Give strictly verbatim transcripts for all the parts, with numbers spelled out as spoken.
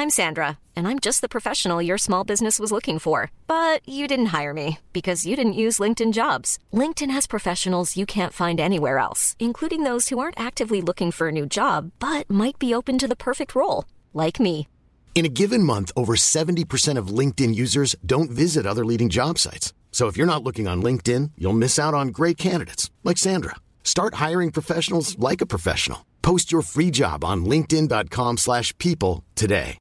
I'm Sandra, and I'm just the professional your small business was looking for. But you didn't hire me because you didn't use LinkedIn Jobs. LinkedIn has professionals you can't find anywhere else, including those who aren't actively looking for a new job, but might be open to the perfect role, like me. In a given month, over seventy percent of LinkedIn users don't visit other leading job sites. So if you're not looking on LinkedIn, you'll miss out on great candidates like Sandra. Start hiring professionals like a professional. Post your free job on linkedin dot com slash people today.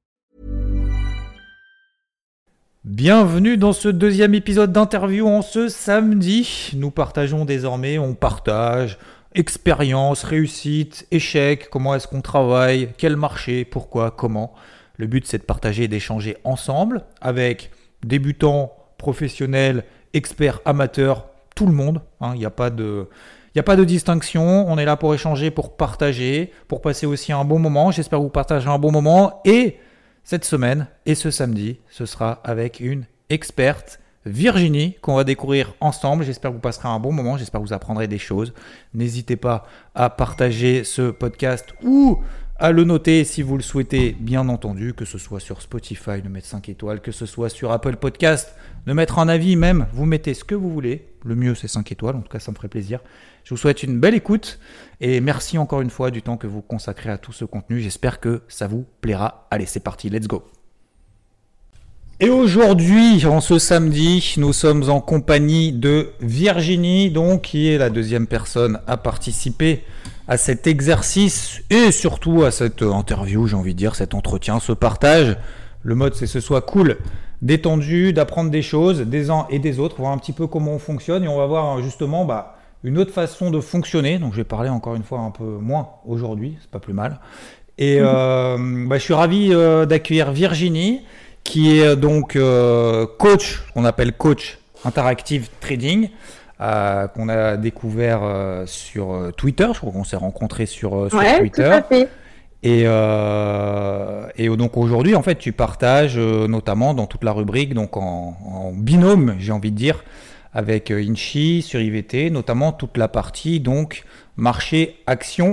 Bienvenue dans ce deuxième épisode d'interview en ce samedi. Nous partageons désormais, on partage expérience, réussite, échec, comment est-ce qu'on travaille, quel marché, pourquoi, comment. Le but, c'est de partager et d'échanger ensemble avec débutants, professionnels, experts, amateurs, tout le monde. Il n'y a pas de... Il n'y a pas de distinction, on est là pour échanger, pour partager, pour passer aussi un bon moment. J'espère que vous partagerez un bon moment. Et cette semaine et ce samedi, ce sera avec une experte, Virginie, qu'on va découvrir ensemble. J'espère que vous passerez un bon moment, j'espère que vous apprendrez des choses. N'hésitez pas à partager ce podcast ou à le noter si vous le souhaitez, bien entendu, que ce soit sur Spotify, de mettre cinq étoiles, que ce soit sur Apple Podcast, de mettre un avis même. Vous mettez ce que vous voulez. Le mieux, c'est cinq étoiles. En tout cas, ça me ferait plaisir. Je vous souhaite une belle écoute et merci encore une fois du temps que vous consacrez à tout ce contenu. J'espère que ça vous plaira. Allez, c'est parti, let's go. Et aujourd'hui, en ce samedi, nous sommes en compagnie de Virginie, donc, qui est la deuxième personne à participer à cet exercice et surtout à cette interview, j'ai envie de dire, cet entretien, ce partage. Le mode, c'est que ce soit cool, détendu, d'apprendre des choses des uns et des autres, voir un petit peu comment on fonctionne et on va voir justement bah, une autre façon de fonctionner. Donc, je vais parler encore une fois un peu moins aujourd'hui, c'est pas plus mal. Et euh, bah, je suis ravi euh, d'accueillir Virginie, qui est donc euh, coach, qu'on appelle coach interactive trading. Euh, qu'on a découvert euh, sur euh, Twitter. Je crois qu'on s'est rencontrés sur, euh, sur ouais, Twitter. Tout à fait. Et, euh, et donc aujourd'hui, en fait, tu partages euh, notamment dans toute la rubrique, donc en, en binôme, j'ai envie de dire, avec euh, Inchi sur I V T, notamment toute la partie donc marché action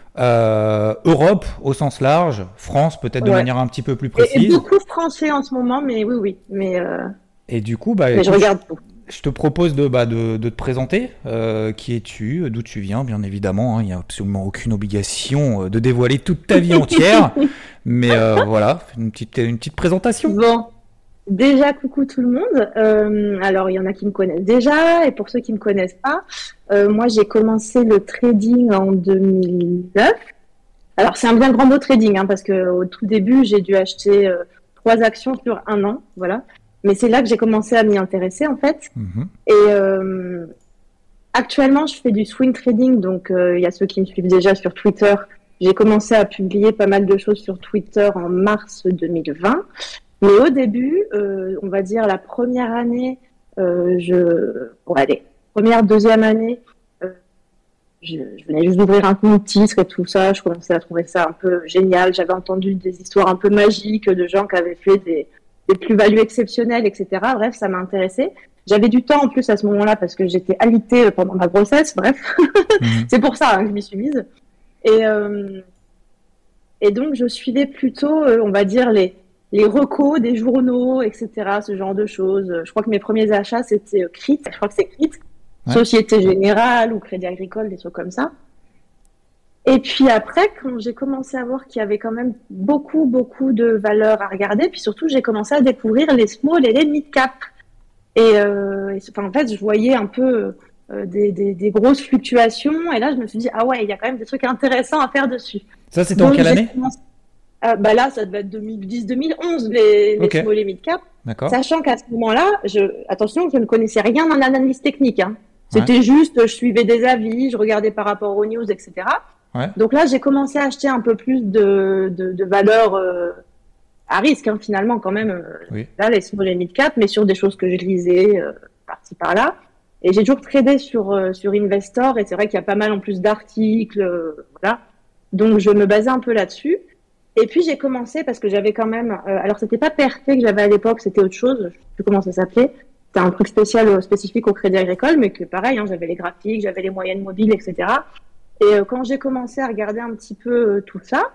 euh, Europe au sens large, France peut-être de ouais. manière un petit peu plus précise. Et, et beaucoup français en ce moment, mais oui, oui. Mais euh... Et du coup, bah, mais je regarde tout. Je te propose de, bah, de, de te présenter. Euh, qui es-tu, d'où tu viens, bien évidemment. Il hein, n'y a absolument aucune obligation de dévoiler toute ta vie entière. Mais euh, voilà, une petite, une petite présentation. Bon, déjà, coucou tout le monde. Euh, alors, il y en a qui me connaissent déjà. Et pour ceux qui ne me connaissent pas, euh, moi, j'ai commencé le trading en deux mille neuf. Alors, c'est un bien grand mot trading, hein, parce qu'au tout début, j'ai dû acheter euh, trois actions sur un an. Voilà. Mais c'est là que j'ai commencé à m'y intéresser, en fait. Mmh. Et euh, actuellement, je fais du swing trading. Donc, il euh, y a ceux qui me suivent déjà sur Twitter. J'ai commencé à publier pas mal de choses sur Twitter en mars deux mille vingt. Mais au début, euh, on va dire la première année, euh, je... Bon, allez, première, deuxième année, euh, je, je venais juste d'ouvrir un compte titre et tout ça. Je commençais à trouver ça un peu génial. J'avais entendu des histoires un peu magiques de gens qui avaient fait des... des plus-values exceptionnelles, et cetera. Bref, ça m'a intéressée. J'avais du temps en plus à ce moment-là parce que j'étais alitée pendant ma grossesse. Bref, mmh. c'est pour ça hein, que je m'y suis mise. Et, euh, et donc, je suivais plutôt, euh, on va dire, les, les recos des journaux, et cetera. Ce genre de choses. Je crois que mes premiers achats, c'était euh, C R I T. Je crois que c'est C R I T. Ouais. Société Générale ou Crédit Agricole, des trucs comme ça. Et puis après, quand j'ai commencé à voir qu'il y avait quand même beaucoup, beaucoup de valeurs à regarder, puis surtout, j'ai commencé à découvrir les small et les mid-cap. Et, euh, et enfin, en fait, je voyais un peu euh, des, des, des grosses fluctuations. Et là, je me suis dit, ah ouais, il y a quand même des trucs intéressants à faire dessus. Ça, c'était en quelle année commencé... euh, bah Là, ça devait être deux mille dix deux mille onze, les, les okay. small et mid-cap. D'accord. Sachant qu'à ce moment-là, je... attention, je ne connaissais rien en analyse technique. Hein. C'était ouais. juste, je suivais des avis, je regardais par rapport aux news, et cetera. Ouais. Donc là, j'ai commencé à acheter un peu plus de, de, de valeurs euh, à risque, hein, finalement, quand même. Euh, oui. Là, les small et mid-cap, mais sur des choses que je lisais euh, par-ci, par-là. Et j'ai toujours tradé sur, euh, sur Investor, et c'est vrai qu'il y a pas mal en plus d'articles, euh, voilà. Donc, je me basais un peu là-dessus. Et puis, j'ai commencé, parce que j'avais quand même... Euh, alors, c'était pas P R T que j'avais à l'époque, c'était autre chose, je sais plus comment ça s'appelait. C'était un truc spécial, euh, spécifique au Crédit Agricole, mais que pareil, hein, j'avais les graphiques, j'avais les moyennes mobiles, et cetera. Et euh, quand j'ai commencé à regarder un petit peu euh, tout ça,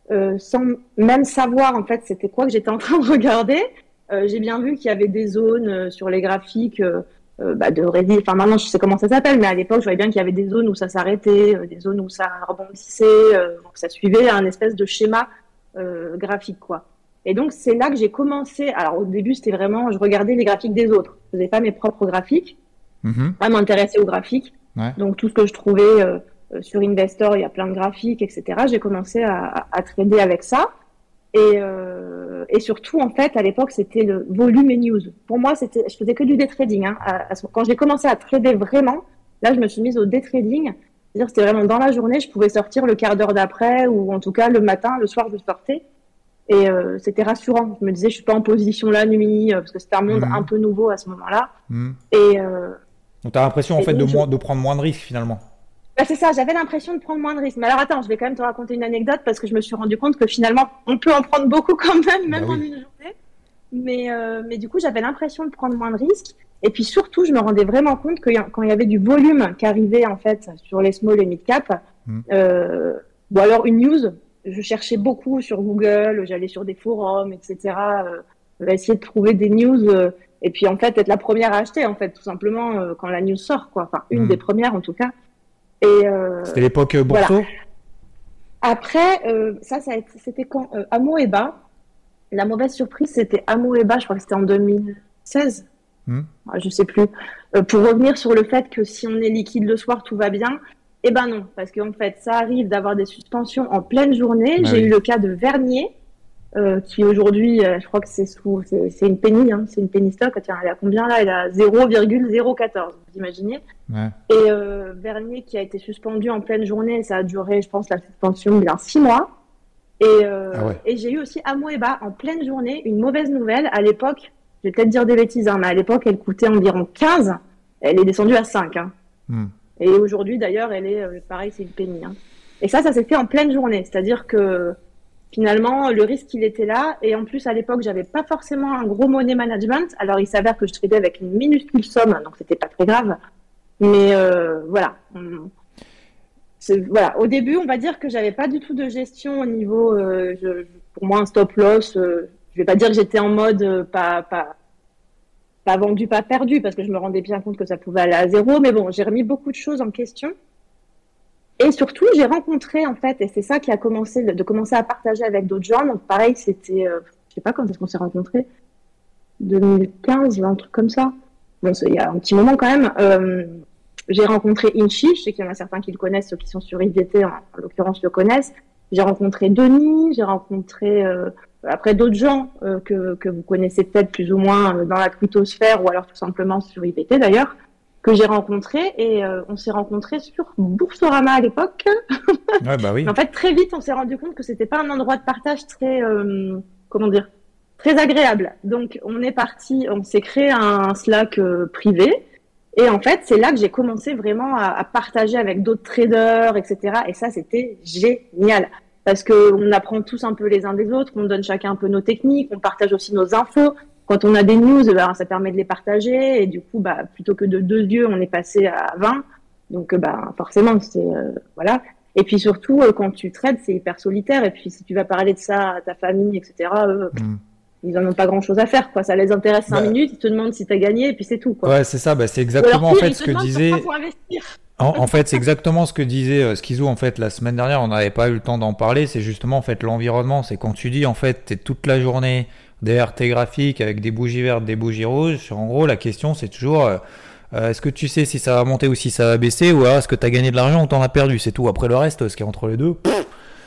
euh, sans même savoir en fait c'était quoi que j'étais en train de regarder. Euh, j'ai bien vu qu'il y avait des zones euh, sur les graphiques euh, euh, bah, de Reddit. Enfin maintenant je sais comment ça s'appelle, mais à l'époque je voyais bien qu'il y avait des zones où ça s'arrêtait, euh, des zones où ça rebondissait, euh, donc ça suivait un espèce de schéma euh, graphique quoi. Et donc c'est là que j'ai commencé. Alors au début c'était vraiment, je regardais les graphiques des autres, je faisais pas mes propres graphiques, Mhm. pas m'intéresser aux graphiques. Ouais. Donc tout ce que je trouvais euh, euh, sur Investor, il y a plein de graphiques, et cetera. J'ai commencé à, à, à trader avec ça. Et, euh, et surtout, en fait, à l'époque, c'était le volume et news. Pour moi, c'était, je faisais que du day trading. Hein. À, à, quand j'ai commencé à trader vraiment, là, je me suis mise au day trading. C'est-à-dire, c'était vraiment dans la journée, je pouvais sortir le quart d'heure d'après, ou en tout cas le matin, le soir, je sortais. Et euh, c'était rassurant. Je me disais, je suis pas en position la nuit, euh, parce que c'était un monde Mhm. un peu nouveau à ce moment-là. Mhm. Et, euh, Donc, tu as l'impression en et fait de, donc, je- moins, de prendre moins de risques finalement. bah, c'est ça, j'avais l'impression de prendre moins de risques. Mais alors attends, je vais quand même te raconter une anecdote parce que je me suis rendu compte que finalement, on peut en prendre beaucoup quand même, même Bah en oui. une journée. Mais, euh, mais du coup, j'avais l'impression de prendre moins de risques. Et puis surtout, je me rendais vraiment compte que y a- quand il y avait du volume qui arrivait en fait sur les small et mid cap, Mm. euh, ou alors une news, je cherchais beaucoup sur Google, j'allais sur des forums, et cetera. Euh, essayer de trouver des news. Euh, et puis en fait, être la première à acheter, en fait, tout simplement euh, quand la news sort, quoi. Enfin, une Mm. des premières en tout cas. Et euh, C'était l'époque euh, voilà. Bourseau. Après, euh, ça, ça a été- c'était quand euh, Amoeba. La mauvaise surprise, c'était Amoeba, je crois que c'était en deux mille seize. Mm. Ah, je sais plus. Euh, pour revenir sur le fait que si on est liquide le soir, tout va bien. Eh ben non, parce qu'en fait, ça arrive d'avoir des suspensions en pleine journée. Bah J'ai oui. eu le cas de Vernier, euh, qui aujourd'hui, euh, je crois que c'est sous, c'est, c'est une penny, hein, c'est une penny stock. Tiens, elle est à combien là? Elle est à zéro virgule zéro quatorze, vous imaginez? Ouais. Et euh, Vernier qui a été suspendu en pleine journée, ça a duré, je pense, la suspension bien six mois. Et, euh, Ah ouais. et j'ai eu aussi Amoeba en pleine journée, une mauvaise nouvelle. À l'époque, je vais peut-être dire des bêtises, hein, mais à l'époque, elle coûtait environ quinze. Elle est descendue à cinq. Hein. Mm. Et aujourd'hui, d'ailleurs, elle est, euh, pareil, c'est une penny. Hein. Et ça, ça s'est fait en pleine journée. C'est-à-dire que finalement, le risque, il était là. Et en plus, à l'époque, j'avais pas forcément un gros money management. Alors, il s'avère que je tradais avec une minuscule somme, donc c'était pas très grave. Mais euh, voilà. On- c'est- voilà. Au début, on va dire que j'avais pas du tout de gestion au niveau, euh, je- pour moi, un stop loss. Euh, je vais pas dire que j'étais en mode euh, pas, pas, pas vendu, pas perdu, parce que je me rendais bien compte que ça pouvait aller à zéro. Mais bon, j'ai remis beaucoup de choses en question. Et surtout, j'ai rencontré, en fait, et c'est ça qui a commencé, de commencer à partager avec d'autres gens. Donc, pareil, c'était, euh, je sais pas quand est-ce qu'on s'est rencontrés, deux mille quinze, un truc comme ça. Bon, c'est il y a un petit moment quand même. Euh, j'ai rencontré Inchi, je sais qu'il y en a certains qui le connaissent, ceux qui sont sur I V T, en, en l'occurrence, le connaissent. J'ai rencontré Denis, j'ai rencontré euh, après d'autres gens euh, que, que vous connaissez peut-être plus ou moins euh, dans la cryptosphère ou alors tout simplement sur I V T d'ailleurs, que j'ai rencontré et euh, on s'est rencontrés sur Boursorama à l'époque. Ouais, bah oui. En fait, très vite, on s'est rendu compte que c'était pas un endroit de partage très, euh, comment dire, très agréable. Donc, on est parti, on s'est créé un Slack euh, privé. Et en fait, c'est là que j'ai commencé vraiment à, à partager avec d'autres traders, et cetera. Et ça, c'était génial. Parce que on apprend tous un peu les uns des autres, on donne chacun un peu nos techniques, on partage aussi nos infos. Quand on a des news, bah, ça permet de les partager. Et du coup, bah, plutôt que de deux yeux, on est passé à vingt. Donc, bah, forcément, c'est, euh, voilà. Et puis surtout, euh, quand tu trades, c'est hyper solitaire. Et puis, si tu vas parler de ça à ta famille, et cetera, eux, Mm. ils en ont pas grand chose à faire, quoi. Ça les intéresse cinq Bah, minutes, ils te demandent si t'as gagné, et puis c'est tout, quoi. Ouais, c'est ça. Bah, c'est Ou alors exactement en pire, fait ils ce te que demandent sur disait. quoi pour investir. En, en fait, c'est exactement ce que disait euh, Schizo en fait la semaine dernière. On n'avait pas eu le temps d'en parler. C'est justement en fait l'environnement. C'est quand tu dis en fait t'es toute la journée derrière tes graphiques avec des bougies vertes, des bougies rouges. En gros, la question c'est toujours euh, euh, est-ce que tu sais si ça va monter ou si ça va baisser, ou alors est-ce que t'as gagné de l'argent ou t'en as perdu. C'est tout. Après le reste, ce qui est entre les deux. Pff,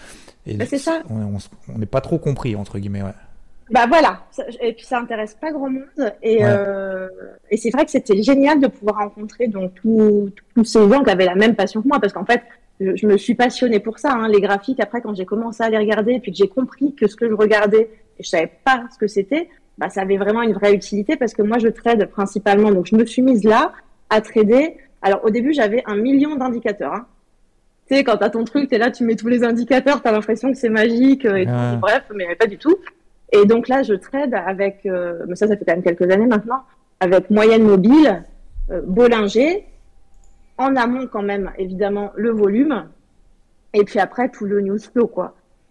et Bah, c'est ça. On on- on n'est pas trop compris entre guillemets. Ouais. Bah voilà, Ça- et puis ça intéresse pas grand monde, et, Ouais. euh, et c'est vrai que c'était génial de pouvoir rencontrer donc tous tous ces gens qui avaient la même passion que moi, parce qu'en fait, je, je me suis passionnée pour ça, hein, les graphiques. Après, quand j'ai commencé à les regarder, puis que j'ai compris que ce que je regardais, et je savais pas ce que c'était, bah ça avait vraiment une vraie utilité, parce que moi je trade principalement, donc je me suis mise là à trader. Alors au début, j'avais un million d'indicateurs. Hein. Tu sais, quand t'as ton truc, t'es là, tu mets tous les indicateurs, t'as l'impression que c'est magique, euh, et tout, Ouais. bref, mais pas du tout. Et donc là, je trade avec, euh, mais ça, ça fait quand même quelques années maintenant, avec moyenne mobile, euh, Bollinger, en amont quand même, évidemment, le volume, et puis après, tout le news flow, quoi.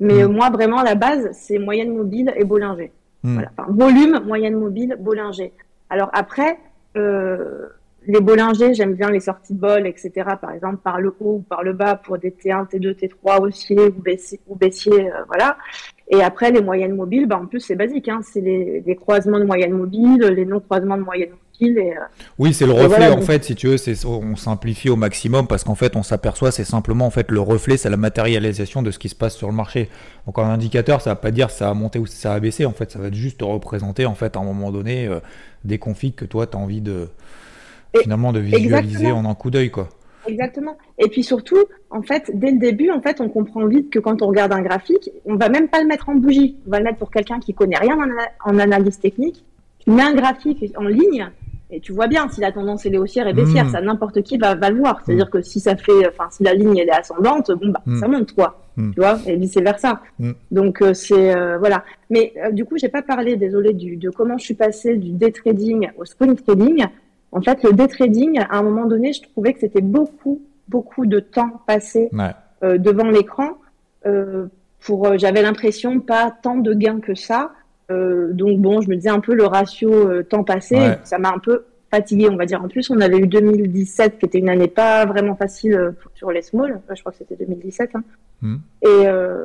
Mais Mmh. moi, vraiment, à la base, c'est moyenne mobile et Bollinger. Mmh. Voilà. Enfin, volume, moyenne mobile, Bollinger. Alors après, euh, les Bollinger, j'aime bien les sorties de bol, et cetera. Par exemple, par le haut ou par le bas pour des T un, T deux, T trois, haussier ou baissier, ou baissier, euh, voilà. Et après, les moyennes mobiles, bah, en plus, c'est basique, hein. C'est les, les croisements de moyennes mobiles, les non-croisements de moyennes mobiles. Et, euh, Oui, c'est le et reflet voilà, en donc, fait, si tu veux, c'est, on simplifie au maximum parce qu'en fait, on s'aperçoit, c'est simplement en fait le reflet, c'est la matérialisation de ce qui se passe sur le marché. Donc un indicateur, ça va pas dire ça a monté ou ça a baissé, en fait, ça va juste te représenter en fait à un moment donné euh, des configs que toi tu as envie de et- finalement de visualiser exactement. en un coup d'œil quoi. Exactement. Et puis surtout, en fait, dès le début, en fait, on comprend vite que quand on regarde un graphique, on va même pas le mettre en bougie. On va le mettre pour quelqu'un qui connaît rien en, ana- en analyse technique. Tu mets un graphique en ligne et tu vois bien si la tendance elle est haussière et baissière. Mmh. Ça, n'importe qui va, va le voir. C'est-à-dire que si ça fait, enfin, si la ligne elle est ascendante, bon bah Mmh. ça monte quoi. Mmh. Tu vois, et vice versa. Mmh. Donc euh, c'est euh, voilà. Mais euh, du coup, j'ai pas parlé, désolé, du, de comment je suis passée du day trading au swing trading. En fait, le day trading, à un moment donné, je trouvais que c'était beaucoup beaucoup de temps passé Ouais. euh, devant l'écran. Euh, pour, euh, j'avais l'impression pas tant de gains que ça. Euh, donc bon, je me disais un peu le ratio euh, temps passé, Ouais. ça m'a un peu fatiguée, on va dire. En plus, on avait eu deux mille dix-sept qui était une année pas vraiment facile euh, sur les small. Enfin, je crois que c'était deux mille dix-sept. Hein. Mmh. Et, euh,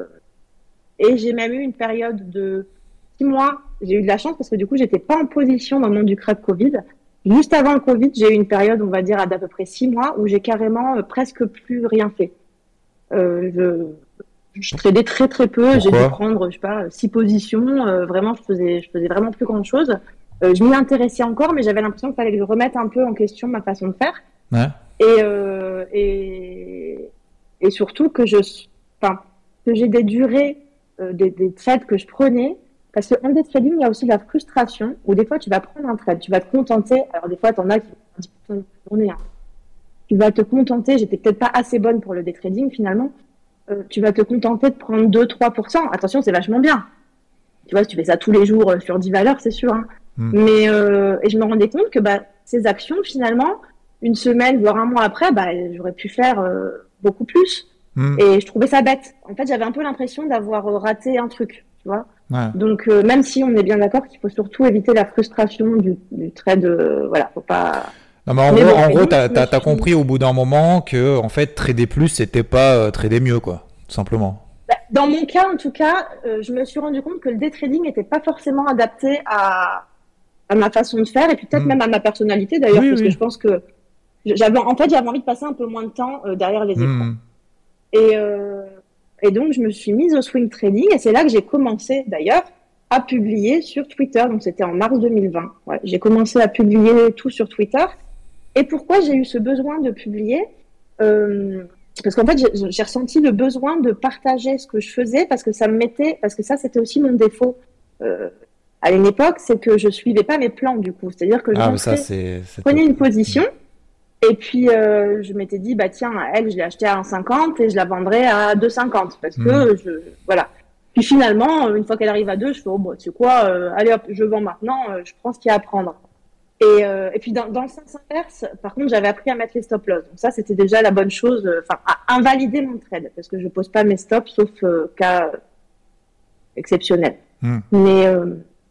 et j'ai même eu une période de six mois. J'ai eu de la chance parce que du coup, j'étais pas en position dans le monde du crack Covid. Juste avant le Covid, j'ai eu une période, on va dire, à d'à peu près six mois où j'ai carrément euh, presque plus rien fait. Euh, je, je tradais très très peu. J'ai Pourquoi dû prendre, je sais pas, six positions. Euh, vraiment, je faisais, je faisais vraiment plus grand chose. Euh, je m'y intéressais encore, mais j'avais l'impression qu'il fallait que je remette un peu en question ma façon de faire. Ouais. Et, euh, et, et surtout que je, enfin, que j'ai des durées, euh, des, des trades que je prenais. Parce qu'en day trading, il y a aussi de la frustration, où des fois, tu vas prendre un trade, tu vas te contenter. Alors, des fois, t'en as qui vont un petit peu de journée. Hein. Tu vas te contenter, j'étais peut-être pas assez bonne pour le day trading, finalement. Euh, tu vas te contenter de prendre deux à trois pour cent. Attention, c'est vachement bien. Tu vois, si tu fais ça tous les jours euh, sur dix valeurs, c'est sûr. Hein. Mm. Mais, euh, et je me rendais compte que, bah, ces actions, finalement, une semaine, voire un mois après, bah, j'aurais pu faire euh, beaucoup plus. Mm. Et je trouvais ça bête. En fait, j'avais un peu l'impression d'avoir euh, raté un truc, tu vois. Ouais. Donc, euh, même si on est bien d'accord qu'il faut surtout éviter la frustration du, du trade, euh, voilà, faut pas. Non, mais en Mais gros, bon, en mais gros, donc, t'as, je me t'as, t'as suis- compris au bout d'un moment que, en fait, trader plus, c'était pas euh, trader mieux, quoi. Tout simplement. Bah, dans mon cas, en tout cas, euh, je me suis rendu compte que le day trading n'était pas forcément adapté à, à ma façon de faire et puis peut-être Mm. même à ma personnalité d'ailleurs, Oui, parce oui. que je pense que j'avais, en fait, j'avais envie de passer un peu moins de temps euh, derrière les écrans. Mm. Et, euh, et donc, je me suis mise au swing trading et c'est là que j'ai commencé d'ailleurs à publier sur Twitter. Donc, c'était en mars deux mille vingt. Ouais, j'ai commencé à publier tout sur Twitter. Et pourquoi j'ai eu ce besoin de publier euh, Parce qu'en fait, j'ai, j'ai ressenti le besoin de partager ce que je faisais parce que ça me mettait, parce que ça, c'était aussi mon défaut euh, à une époque, c'est que je suivais pas mes plans du coup. C'est-à-dire que je Ah, mais ça, rentrais, c'est. c'est prenais top. une position. Et puis, euh, je m'étais dit, bah tiens, elle, je l'ai achetée à un virgule cinquante et je la vendrai à deux virgule cinquante parce que, Mm. je, voilà. Puis finalement, une fois qu'elle arrive à deux, je fais, oh, bah, tu sais quoi, euh, allez hop, je vends maintenant, euh, je prends ce qu'il y a à prendre. Et, euh, et puis, dans, dans le sens inverse, par contre, j'avais appris à mettre les stop loss. Donc ça, c'était déjà la bonne chose, enfin, à invalider mon trade parce que je pose pas mes stops sauf euh, cas euh, exceptionnels. Mm. Mais, euh,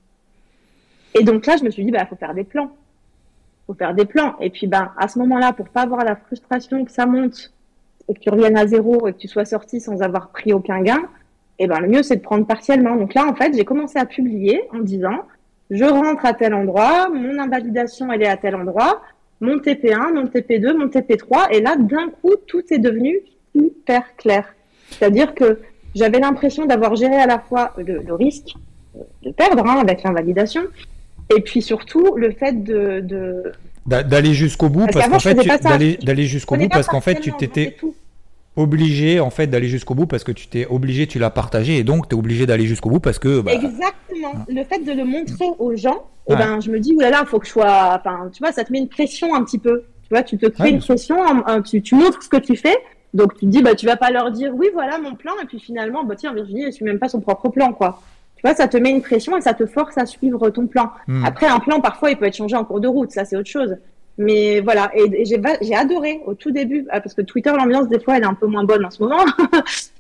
et donc là, je me suis dit, bah, faut faire des plans. Faut faire des plans. Et puis, ben, à ce moment-là, pour pas avoir la frustration que ça monte et que tu reviennes à zéro et que tu sois sorti sans avoir pris aucun gain, eh ben, le mieux, c'est de prendre partiellement. Donc là, en fait, j'ai commencé à publier en disant, je rentre à tel endroit, mon invalidation, elle est à tel endroit, mon T P un, mon T P deux, mon T P trois. Et là, d'un coup, tout est devenu hyper clair. C'est-à-dire que j'avais l'impression d'avoir géré à la fois le, le risque de perdre, hein, avec l'invalidation, et puis surtout, le fait de, de... D'a- D'aller jusqu'au bout, Parce parce qu'avant, qu'en je fait, faisais tu- pas ça. d'aller, Je d'aller jusqu'au prenais bout, pas parce qu'en fait, tu partiellement, je t'étais vendais tout. obligé, en fait, d'aller jusqu'au bout parce que tu t'es obligé, tu l'as partagé et donc tu es obligé d'aller jusqu'au bout parce que, bah, Exactement. Le fait de le montrer aux gens, Ouais. eh ben, je me dis, oulala, il faut que je sois, enfin, tu vois, ça te met une pression un petit peu. Tu vois, tu te crées Ouais, une bien sûr. pression, un- un- tu, tu montres ce que tu fais. Donc, tu te dis, bah, tu vas pas leur dire, oui, voilà mon plan. Et puis finalement, bah, tiens, Virginie, elle suit même pas son propre plan, quoi. Tu vois, ça te met une pression et ça te force à suivre ton plan. Mm. Après, un plan, parfois, il peut être changé en cours de route. Ça, c'est autre chose. Mais voilà. Et, et j'ai, va- j'ai adoré au tout début, ah, parce que Twitter, l'ambiance, des fois, elle est un peu moins bonne en ce moment.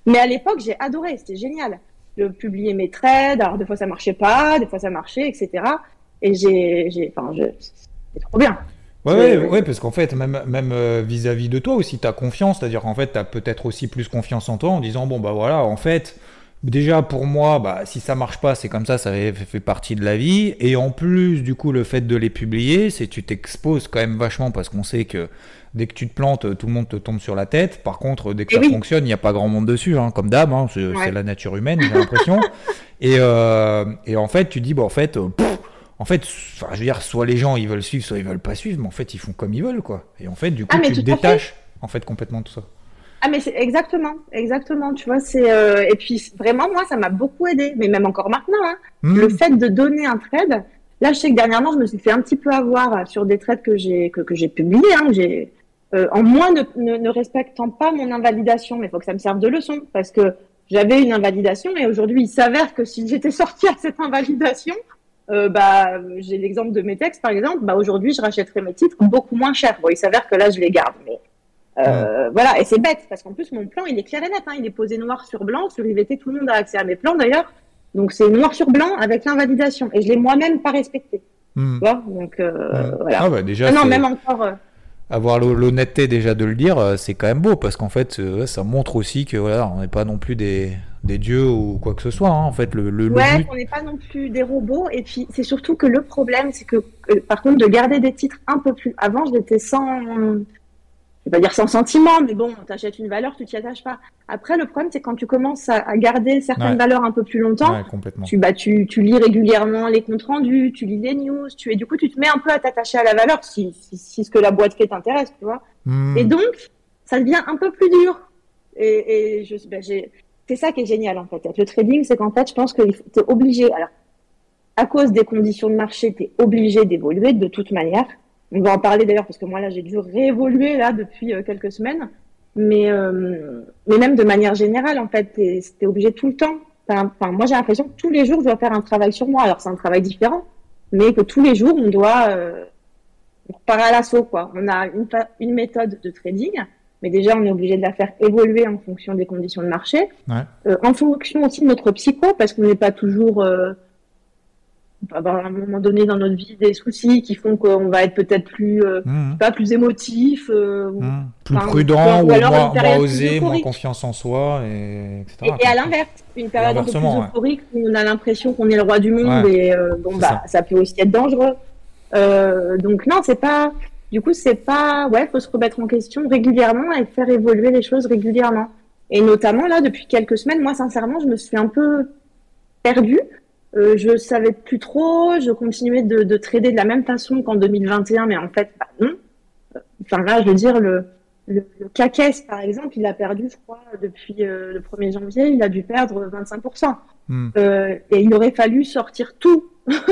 Mais à l'époque, j'ai adoré, c'était génial. Je publiais mes trades, alors des fois ça marchait pas, des fois ça marchait, et cetera. Et j'ai, j'ai, enfin, je, c'est trop bien. Ouais, ouais, ouais, parce qu'en fait, même, même euh, vis-à-vis de toi aussi, tu as confiance, c'est-à-dire qu'en fait, tu as peut-être aussi plus confiance en toi en disant, bon, bah voilà, en fait, déjà pour moi, bah, si ça marche pas, c'est comme ça, ça fait, fait partie de la vie. Et en plus, du coup, le fait de les publier, c'est que tu t'exposes quand même vachement parce qu'on sait que dès que tu te plantes, tout le monde te tombe sur la tête. Par contre, dès que Et ça oui. fonctionne, il n'y a pas grand monde dessus, hein, comme d'hab, hein, c'est, Ouais. c'est la nature humaine, j'ai l'impression. et, euh, et en fait, tu dis, bon, en fait, euh, pff, En fait, enfin, je veux dire, soit les gens ils veulent suivre, soit ils veulent pas suivre, mais en fait ils font comme ils veulent, quoi. Et en fait, du coup, Ah, mais tu te tout à fait. détaches en fait complètement de tout ça. Ah, mais c'est exactement, exactement, tu vois, c'est, euh, et puis vraiment, moi, ça m'a beaucoup aidé, mais même encore maintenant, hein. Mmh. Le fait de donner un trade, là, je sais que dernièrement, je me suis fait un petit peu avoir sur des trades que j'ai, que, que j'ai publiés, hein, j'ai, euh, en moins ne, ne, ne respectant pas mon invalidation, mais il faut que ça me serve de leçon, parce que j'avais une invalidation, et aujourd'hui, il s'avère que si j'étais sortie à cette invalidation, Euh, bah, j'ai l'exemple de mes textes, par exemple. Bah, aujourd'hui, je rachèterais mes titres beaucoup moins cher. Bon, il s'avère que là, je les garde, mais euh, ouais. Voilà. Et c'est bête parce qu'en plus, mon plan, il est clair et net. Hein. Il est posé noir sur blanc sur I V T. Tout le monde a accès à mes plans d'ailleurs. Donc c'est noir sur blanc avec l'invalidation. Et je l'ai moi-même pas respecté. Mmh. Tu vois. Donc euh, mmh. voilà. Ah bah déjà. Ah non, c'est... même encore. Euh... Avoir l'honnêteté déjà de le dire, c'est quand même beau parce qu'en fait, ça montre aussi que voilà, on n'est pas non plus des, des dieux ou quoi que ce soit. Hein. En fait, le, le, ouais, le but... on n'est pas non plus des robots. Et puis, c'est surtout que le problème, c'est que, euh, par contre, de garder des titres un peu plus. Avant, j'étais sans. Je vais pas dire sans sentiment, mais bon, t'achètes une valeur, tu t'y attaches pas. Après, le problème, c'est quand tu commences à, à garder certaines ouais. valeurs un peu plus longtemps, ouais, complètement. Tu, bah, tu, tu lis régulièrement les comptes rendus, tu lis les news, tu, et du coup, tu te mets un peu à t'attacher à la valeur si, si, si ce que la boîte fait t'intéresse, tu vois. Mmh. Et donc, ça devient un peu plus dur. Et, et je, bah, j'ai, c'est ça qui est génial, en fait. Avec le trading, c'est qu'en fait, je pense que t'es obligé, alors, à cause des conditions de marché, t'es obligé d'évoluer de toute manière. On va en parler d'ailleurs parce que moi là j'ai dû réévoluer là depuis euh, quelques semaines, mais euh, mais même de manière générale en fait t'es, t'es obligé tout le temps. Enfin moi j'ai l'impression que tous les jours je dois faire un travail sur moi. Alors c'est un travail différent, mais que tous les jours on doit euh, on repart à l'assaut quoi. On a une une méthode de trading, mais déjà on est obligé de la faire évoluer en fonction des conditions de marché, ouais. euh, en fonction aussi de notre psycho parce qu'on n'est pas toujours euh, à un moment donné dans notre vie des soucis qui font qu'on va être peut-être plus euh, mmh. pas plus émotif euh, mmh. plus enfin, prudent ou, ou alors moins, moins osé, moins confiance en soi et etc. Et, et à l'inverse, une période un peu plus euphorique ouais. où on a l'impression qu'on est le roi du monde ouais. et euh, bon bah ça. ça peut aussi être dangereux. Euh, donc non, c'est pas du coup c'est pas ouais, faut se remettre en question régulièrement et faire évoluer les choses régulièrement. Et notamment là depuis quelques semaines, moi sincèrement, je me suis un peu perdue. Euh, je savais plus trop, je continuais de, de trader de la même façon qu'en deux mille vingt et un, mais en fait, bah, non. Enfin là, je veux dire, le, le, le C A C E S, par exemple, il a perdu, je crois, depuis euh, le premier janvier, il a dû perdre vingt-cinq pour cent. Mm. Euh, et il aurait fallu sortir tout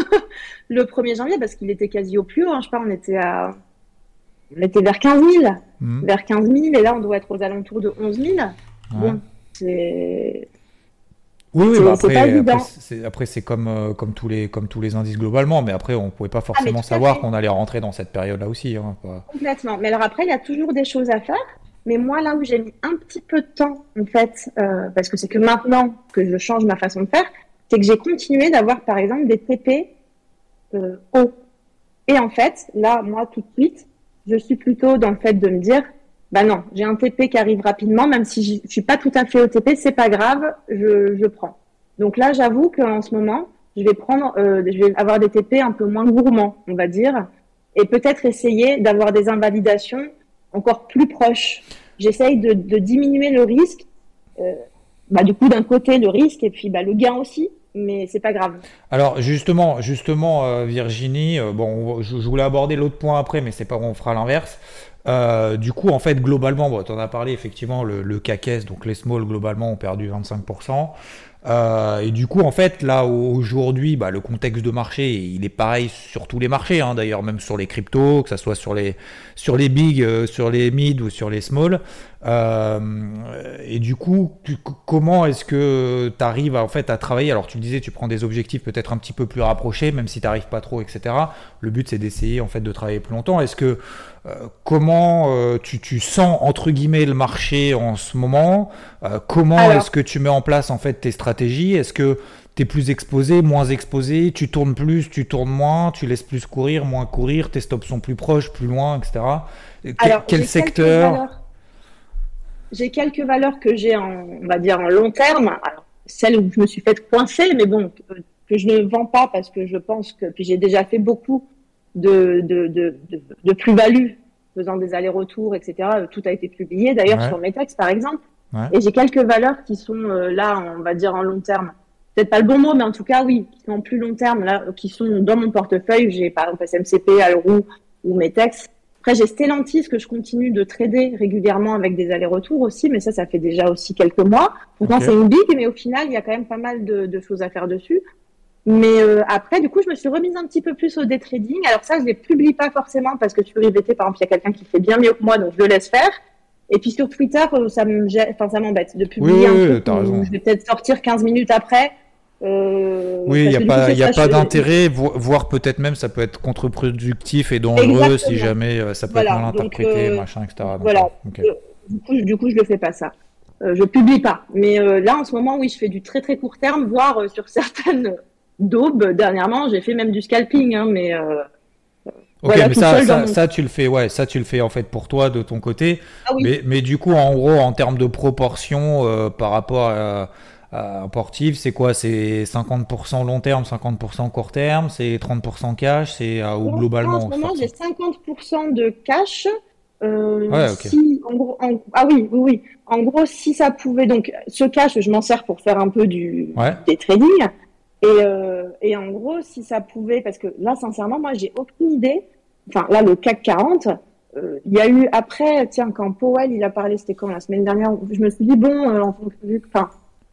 le premier janvier, parce qu'il était quasi au plus haut, hein, je sais pas, on était à... On était vers quinze mille, mm. vers quinze mille, et là, on doit être aux alentours de onze mille. Ouais. Bon, c'est... Oui, oui, bah après, après, c'est, après c'est comme, euh, comme, tous les, comme tous les indices globalement, mais après on ne pouvait pas forcément ah, savoir qu'on allait rentrer dans cette période-là aussi. Hein, pas... Complètement, mais alors après il y a toujours des choses à faire, mais moi là où j'ai mis un petit peu de temps en fait, euh, parce que c'est que maintenant que je change ma façon de faire, c'est que j'ai continué d'avoir par exemple des T P euh, hauts. Et en fait, là moi tout de suite, je suis plutôt dans le fait de me dire bah non, j'ai un T P qui arrive rapidement, même si je suis pas tout à fait au T P, c'est pas grave, je, je prends. Donc là, j'avoue qu'en ce moment, je vais prendre, euh, je vais avoir des T P un peu moins gourmands, on va dire, et peut-être essayer d'avoir des invalidations encore plus proches. J'essaye de, de diminuer le risque, euh, bah du coup d'un côté le risque et puis bah le gain aussi. Mais c'est pas grave. Alors justement, justement euh, Virginie, euh, bon, je, je voulais aborder l'autre point après, mais c'est pas on fera l'inverse. Euh, du coup, en fait, globalement, bon, tu en as parlé, effectivement, le, le C A C E S, donc les small, globalement, ont perdu vingt-cinq pour cent. Euh, et du coup, en fait, là, aujourd'hui, bah, le contexte de marché, il est pareil sur tous les marchés, hein, d'ailleurs, même sur les cryptos, que ça soit sur les, sur les big, euh, sur les mid ou sur les small. Euh, et du coup, tu, comment est-ce que tu arrives à, en fait, à travailler? Alors, tu le disais, tu prends des objectifs peut-être un petit peu plus rapprochés, même si tu n'arrives pas trop, et cetera. Le but, c'est d'essayer, en fait, de travailler plus longtemps. Est-ce que euh, comment euh, tu, tu sens entre guillemets le marché en ce moment, euh, comment Alors, est-ce que tu mets en place en fait tes stratégies, est-ce que tu es plus exposé, moins exposé, tu tournes plus, tu tournes moins, tu laisses plus courir, moins courir, tes stops sont plus proches, plus loin, et cetera. Que- alors quel j'ai quelques secteur? valeurs. J'ai quelques valeurs que j'ai en, on va dire en long terme. Alors, celles où je me suis fait coincer, mais bon, que, que je ne vends pas parce que je pense que, puis j'ai déjà fait beaucoup de, de, de, de, de plus-value faisant des allers-retours, et cetera. Tout a été publié d'ailleurs Ouais. sur mes textes, par exemple. Ouais. Et j'ai quelques valeurs qui sont euh, là, on va dire en long terme. Peut-être pas le bon mot, mais en tout cas, oui, qui sont en plus long terme, là, qui sont dans mon portefeuille. J'ai par exemple S M C P, Alroux ou Metex. Après, j'ai Stellantis que je continue de trader régulièrement avec des allers-retours aussi, mais ça, ça fait déjà aussi quelques mois. Pourtant, Ok. c'est une big, mais au final, il y a quand même pas mal de, de choses à faire dessus. Mais euh, après, du coup, je me suis remise un petit peu plus au day trading. Alors ça, je les publie pas forcément parce que sur I V T, par exemple, il y a quelqu'un qui fait bien mieux que moi, donc je le laisse faire. Et puis sur Twitter, euh, ça me gê- enfin, ça m'embête de Oui, publier oui, un oui, truc t'as où raison. je vais peut-être sortir quinze minutes après. Euh, Oui, il parce n'y a que du coup, pas, c'est y a ça, pas je- d'intérêt, vo- voire peut-être même ça peut être contre-productif et dangereux si Exactement. jamais euh, ça peut Voilà, être mal donc, interprété, euh, machin, et cetera. Donc, voilà. ouais, ok. Euh, Du coup, je- du coup, je le fais pas ça. Euh, je publie pas. Mais euh, là, en ce moment, oui, je fais du très très court terme, voire euh, sur certaines daubes. Dernièrement, j'ai fait même du scalping, hein, mais euh, Ok, voilà, mais tout ça, seul dans ça, mon. ça, tu le fais, ouais, ça, tu le fais en fait pour toi, de ton côté. Ah oui. Mais, mais du coup, en gros, en termes de proportion euh, par rapport à, à un portif, c'est quoi? C'est cinquante pour cent long terme, cinquante pour cent court terme, c'est trente pour cent cash, c'est euh, ou Là, en globalement, ce on se moment, force. j'ai cinquante pour cent de cash. Euh, Ouais, ok. si, en gros, en- ah oui, oui, oui. En gros, si ça pouvait, donc, ce cash, je m'en sers pour faire un peu du, Ouais. des trading. Et, euh, et en gros, si ça pouvait, parce que là, sincèrement, moi, j'ai aucune idée. Enfin, là, le CAC quarante, euh, il y a eu après, tiens, quand Powell, il a parlé, c'était quand, la semaine dernière, je me suis dit, bon, euh, en fonction du- enfin,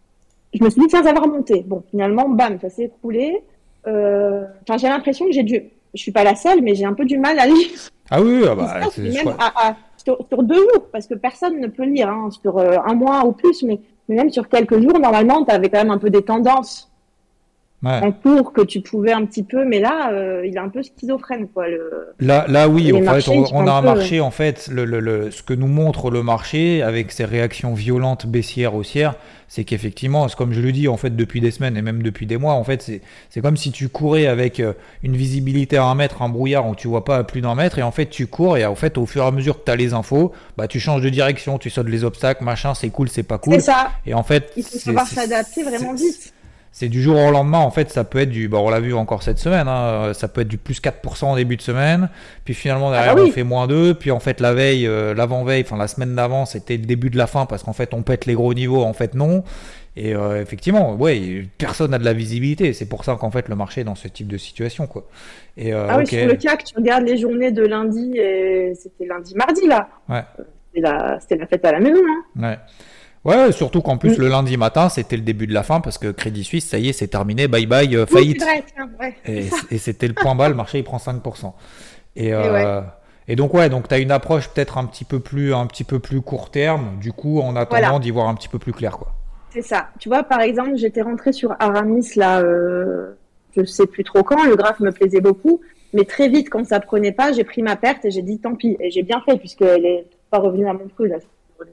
je me suis dit, tiens, ça va remonter. Bon, finalement, bam, ça s'est écroulé. Euh, Enfin, j'ai l'impression que j'ai dû, je suis pas la seule, mais j'ai un peu du mal à lire Ah oui, oui, ah qui se bah, passe, c'est- mais je même crois- à, à- sur, sur deux jours, parce que personne ne peut lire, hein, sur euh, un mois ou plus, mais, mais même sur quelques jours, normalement, tu avais quand même un peu des tendances ouais. en cours que tu pouvais un petit peu, mais là, euh, il est un peu schizophrène, quoi. Le... Là, là, oui, Les en fait, marchés, on, ils sont on a un un peu- marché, en fait, le, le, le- ce que nous montre le marché avec ses réactions violentes, baissières, haussières, c'est qu'effectivement, c'est comme je le dis, en fait, depuis des semaines et même depuis des mois, en fait, c'est, c'est comme si tu courais avec euh, une visibilité à un mètre, un brouillard où tu vois pas à plus d'un mètre, et en fait, tu cours, et en fait, au fur et à mesure que tu as les infos, bah, tu changes de direction, tu sautes les obstacles, machin, c'est cool, c'est pas cool. C'est ça. Et en fait, Il faut c'est- savoir c'est- s'adapter vraiment c'est- vite. C'est du jour au lendemain, en fait, ça peut être du, bah, on l'a vu encore cette semaine, hein, ça peut être du plus quatre pour cent en début de semaine, puis finalement derrière Ah bah oui. on fait moins deux, puis en fait la veille, euh, l'avant-veille, enfin la semaine d'avant, c'était le début de la fin parce qu'en fait on pète les gros niveaux, en fait non. Et euh, effectivement, ouais, personne n'a de la visibilité, c'est pour ça qu'en fait le marché est dans ce type de situation, quoi. Et euh, Ah oui, ok, sur le C A C, tu regardes les journées de lundi, et c'était lundi, mardi, là. ouais, C'était la, c'était la fête à la maison, hein. ouais. Ouais, surtout qu'en plus Mm. le lundi matin c'était le début de la fin parce que Crédit Suisse, ça y est, c'est terminé, bye bye, euh, Oui, faillite. c'est vrai, tiens, ouais. Et, et c'était le point bas, le marché il prend cinq pour cent. Et, euh, ouais. et donc ouais, donc tu as une approche peut-être un petit peu plus un petit peu plus court terme, du coup en attendant Voilà. d'y voir un petit peu plus clair, quoi. C'est ça. Tu vois, par exemple, j'étais rentrée sur Aramis, là, euh, je sais plus trop quand, le graphe me plaisait beaucoup, mais très vite, quand ça prenait pas, j'ai pris ma perte et j'ai dit tant pis. Et j'ai bien fait, puisqu'elle est pas revenue à mon prix, là.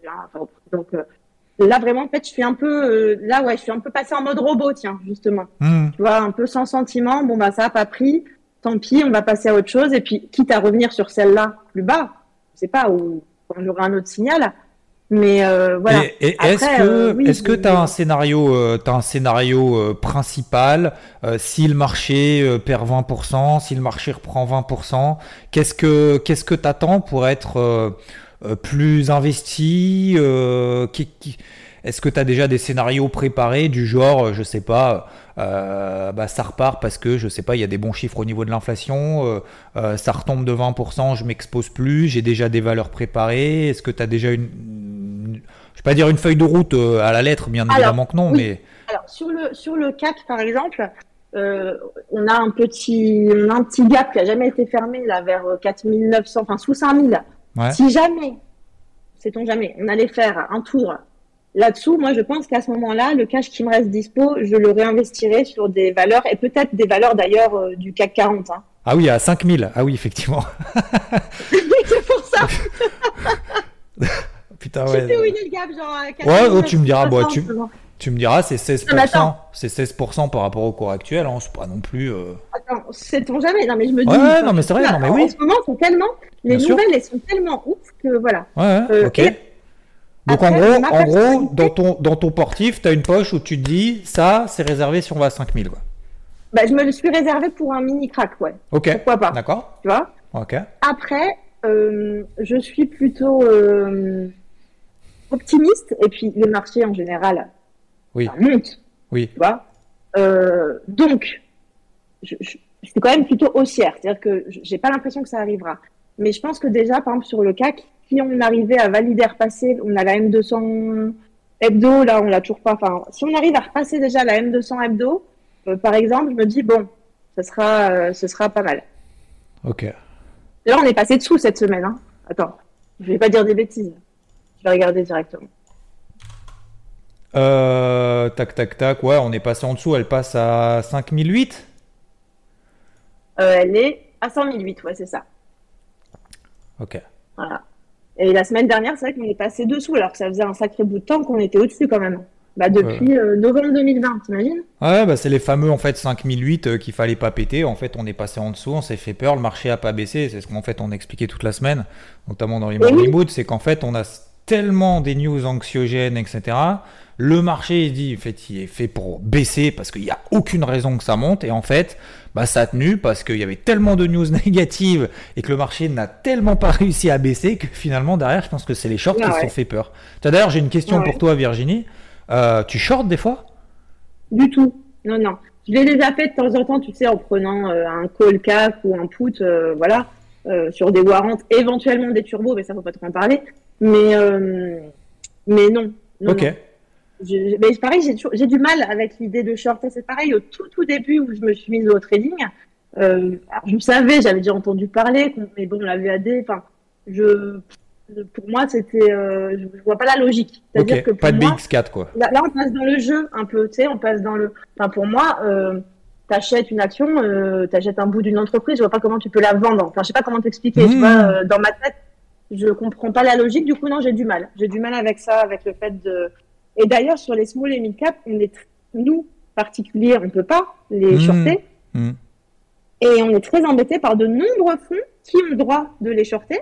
Donc, euh, là, vraiment, en fait, je suis un peu, euh, là, ouais, je suis un peu passée en mode robot, tiens, justement. Hmm. Tu vois, un peu sans sentiment, bon, bah, ça a pas pris, tant pis, on va passer à autre chose, et puis, quitte à revenir sur celle-là plus bas, je sais pas, ou quand j'aurai un autre signal. Mais euh, voilà. Et, et Après, est-ce que euh, oui, est-ce que je- tu as un scénario euh, t'as un scénario euh, principal euh, si le marché euh, perd vingt pour cent, si le marché reprend vingt pour cent, qu'est-ce que qu'est-ce que tu attends pour être euh, euh, plus investi euh, qui, qui- est-ce que tu as déjà des scénarios préparés du genre, euh, je sais pas, euh, bah, ça repart parce que, je sais pas, il y a des bons chiffres au niveau de l'inflation, euh, euh, ça retombe de vingt pour cent, je m'expose plus, j'ai déjà des valeurs préparées. Est-ce que tu as déjà une, une- je vais pas dire une feuille de route euh, à la lettre, bien Alors, évidemment que non, oui. mais Alors, sur le, sur le C A C, par exemple, euh, on a un petit, on a un petit gap qui a jamais été fermé, là, vers quatre mille neuf cents, enfin, sous cinq mille. ouais. Si jamais, sait-on jamais, on allait faire un tour là-dessous, moi, je pense qu'à ce moment-là, le cash qui me reste dispo, je le réinvestirai sur des valeurs, et peut-être des valeurs, d'ailleurs, euh, du C A C quarante, hein. Ah oui, à cinq mille. Ah oui, effectivement. C'est pour ça. Putain, Je ouais. sais où il est le gap, genre. à Ouais, oh, tu me diras, quatre-vingt-dix, bah, tu, soixante, tu me diras, c'est seize pour cent. Non, mais attends. C'est seize pour cent par rapport au cours actuel, hein, c'est pas non plus. euh, Attends, sait-on jamais. Non, mais je me dis. Ouais, ouais, enfin, non, mais c'est vrai, là, non, mais en, oui. En ce moment, sont tellement. Les Bien sûr. nouvelles, elles sont tellement ouf que voilà. Ouais, ouais, Euh, ok. et Donc après, en gros, ma en gros, personnalité- dans ton, dans ton portif, t'as une poche où tu te dis, ça, c'est réservé si on va à cinq mille, quoi. Bah, je me le suis réservé pour un mini crack, ouais. Ok. Pourquoi pas. D'accord. Tu vois. Ok. Après, euh, je suis plutôt euh, optimiste. Et puis, le marché, en général, Oui. ça monte. Oui. Tu vois. Euh, donc, je, je, je suis quand même plutôt haussière. C'est-à-dire que je- j'ai pas l'impression que ça arrivera. Mais je pense que déjà, par exemple, sur le C A C, si on arrivait à valider, à repasser, on a la M deux cents hebdo, là, on l'a toujours pas. Enfin, si on arrive à repasser déjà la M deux cents hebdo, euh, par exemple, je me dis, bon, ce sera, euh, ce sera pas mal. Ok. Là, on est passé dessous cette semaine. Hein. Attends, je vais pas dire des bêtises. Je vais regarder directement. Euh, tac, tac, tac. Ouais, on est passé en dessous. Elle passe à cinq mille huit. Euh, elle est à cinq mille huit, ouais, c'est ça. Ok. Voilà. Et la semaine dernière, c'est vrai qu'on est passé dessous, alors que ça faisait un sacré bout de temps qu'on était au-dessus quand même. Bah, depuis euh, novembre deux mille vingt, t'imagines? Ouais, bah c'est les fameux en fait cinq mille huit euh, qu'il fallait pas péter. En fait, on est passé en dessous, on s'est fait peur, le marché a pas baissé. C'est ce qu'en fait on expliquait toute la semaine, notamment dans les Et morning oui. mood, c'est qu'en fait on a tellement des news anxiogènes, et cetera. Le marché il dit en fait il est fait pour baisser parce qu'il n'y a aucune raison que ça monte et en fait bah ça a tenu parce qu'il y avait tellement de news négatives et que le marché n'a tellement pas réussi à baisser que finalement derrière je pense que c'est les shorts Ah qui se ouais. sont fait peur. Tiens, d'ailleurs j'ai une question Ah ouais. pour toi Virginie. Euh, tu shorts des fois? Du tout. Non, non. Je l'ai déjà fait de temps en temps, tu sais, en prenant euh, un call cap ou un put, euh, voilà, euh, sur des warrants, éventuellement des turbos, mais ça, faut pas trop en parler. Mais, euh, mais non. non, Ok. non. Je- je- mais pareil, j'ai toujours- j'ai du mal avec l'idée de shorter. C'est pareil, au tout, tout début où je me suis mise au trading, euh, alors je le savais, j'avais déjà entendu parler, qu'on- mais bon, la V A D, enfin, je, pour moi, c'était, euh, je, je vois pas la logique. C'est-à-dire Ok. que pour Pas de moi, B X quatre quoi. Là, là, on passe dans le jeu un peu, tu sais, on passe dans le. Enfin, pour moi, euh, t'achètes une action, euh, t'achètes un bout d'une entreprise, je vois pas comment tu peux la vendre. Enfin, je sais pas comment t'expliquer. Mmh. Tu vois, euh, dans ma tête, je comprends pas la logique. Du coup, non, j'ai du mal. J'ai du mal avec ça, avec le fait de. Et d'ailleurs, sur les small et mid cap, on est, tr- nous particuliers, on peut pas les Mmh. shorter, Hmm. et on est très embêté par de nombreux fonds qui ont le droit de les shorter.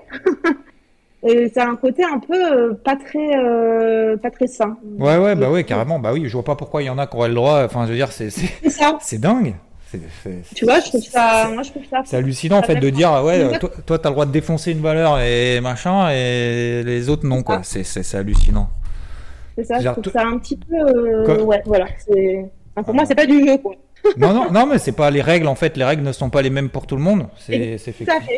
Et c'est un côté un peu euh, pas très, euh, pas très sain. Ouais, ouais, bah ouais, carrément. Bah oui, je vois pas pourquoi il y en a qui auraient le droit. Enfin, je veux dire, c'est c'est C'est ça. c'est dingue. C'est c'est- Tu vois, je trouve ça, c'est- moi je trouve ça. C'est hallucinant en fait de Vraiment. dire ouais, Exact- euh, toi, toi t'as le droit de défoncer une valeur et machin et les autres non quoi. Ah. C'est c'est c'est hallucinant. C'est ça, je Genre, trouve tout- ça un petit peu. euh, Quoi ouais, voilà. C'est... Enfin, pour Ah. moi, c'est pas du jeu, quoi. Non, non, non, mais c'est pas les règles en fait. Les règles ne sont pas les mêmes pour tout le monde. C'est c'est Tout à effectif. fait.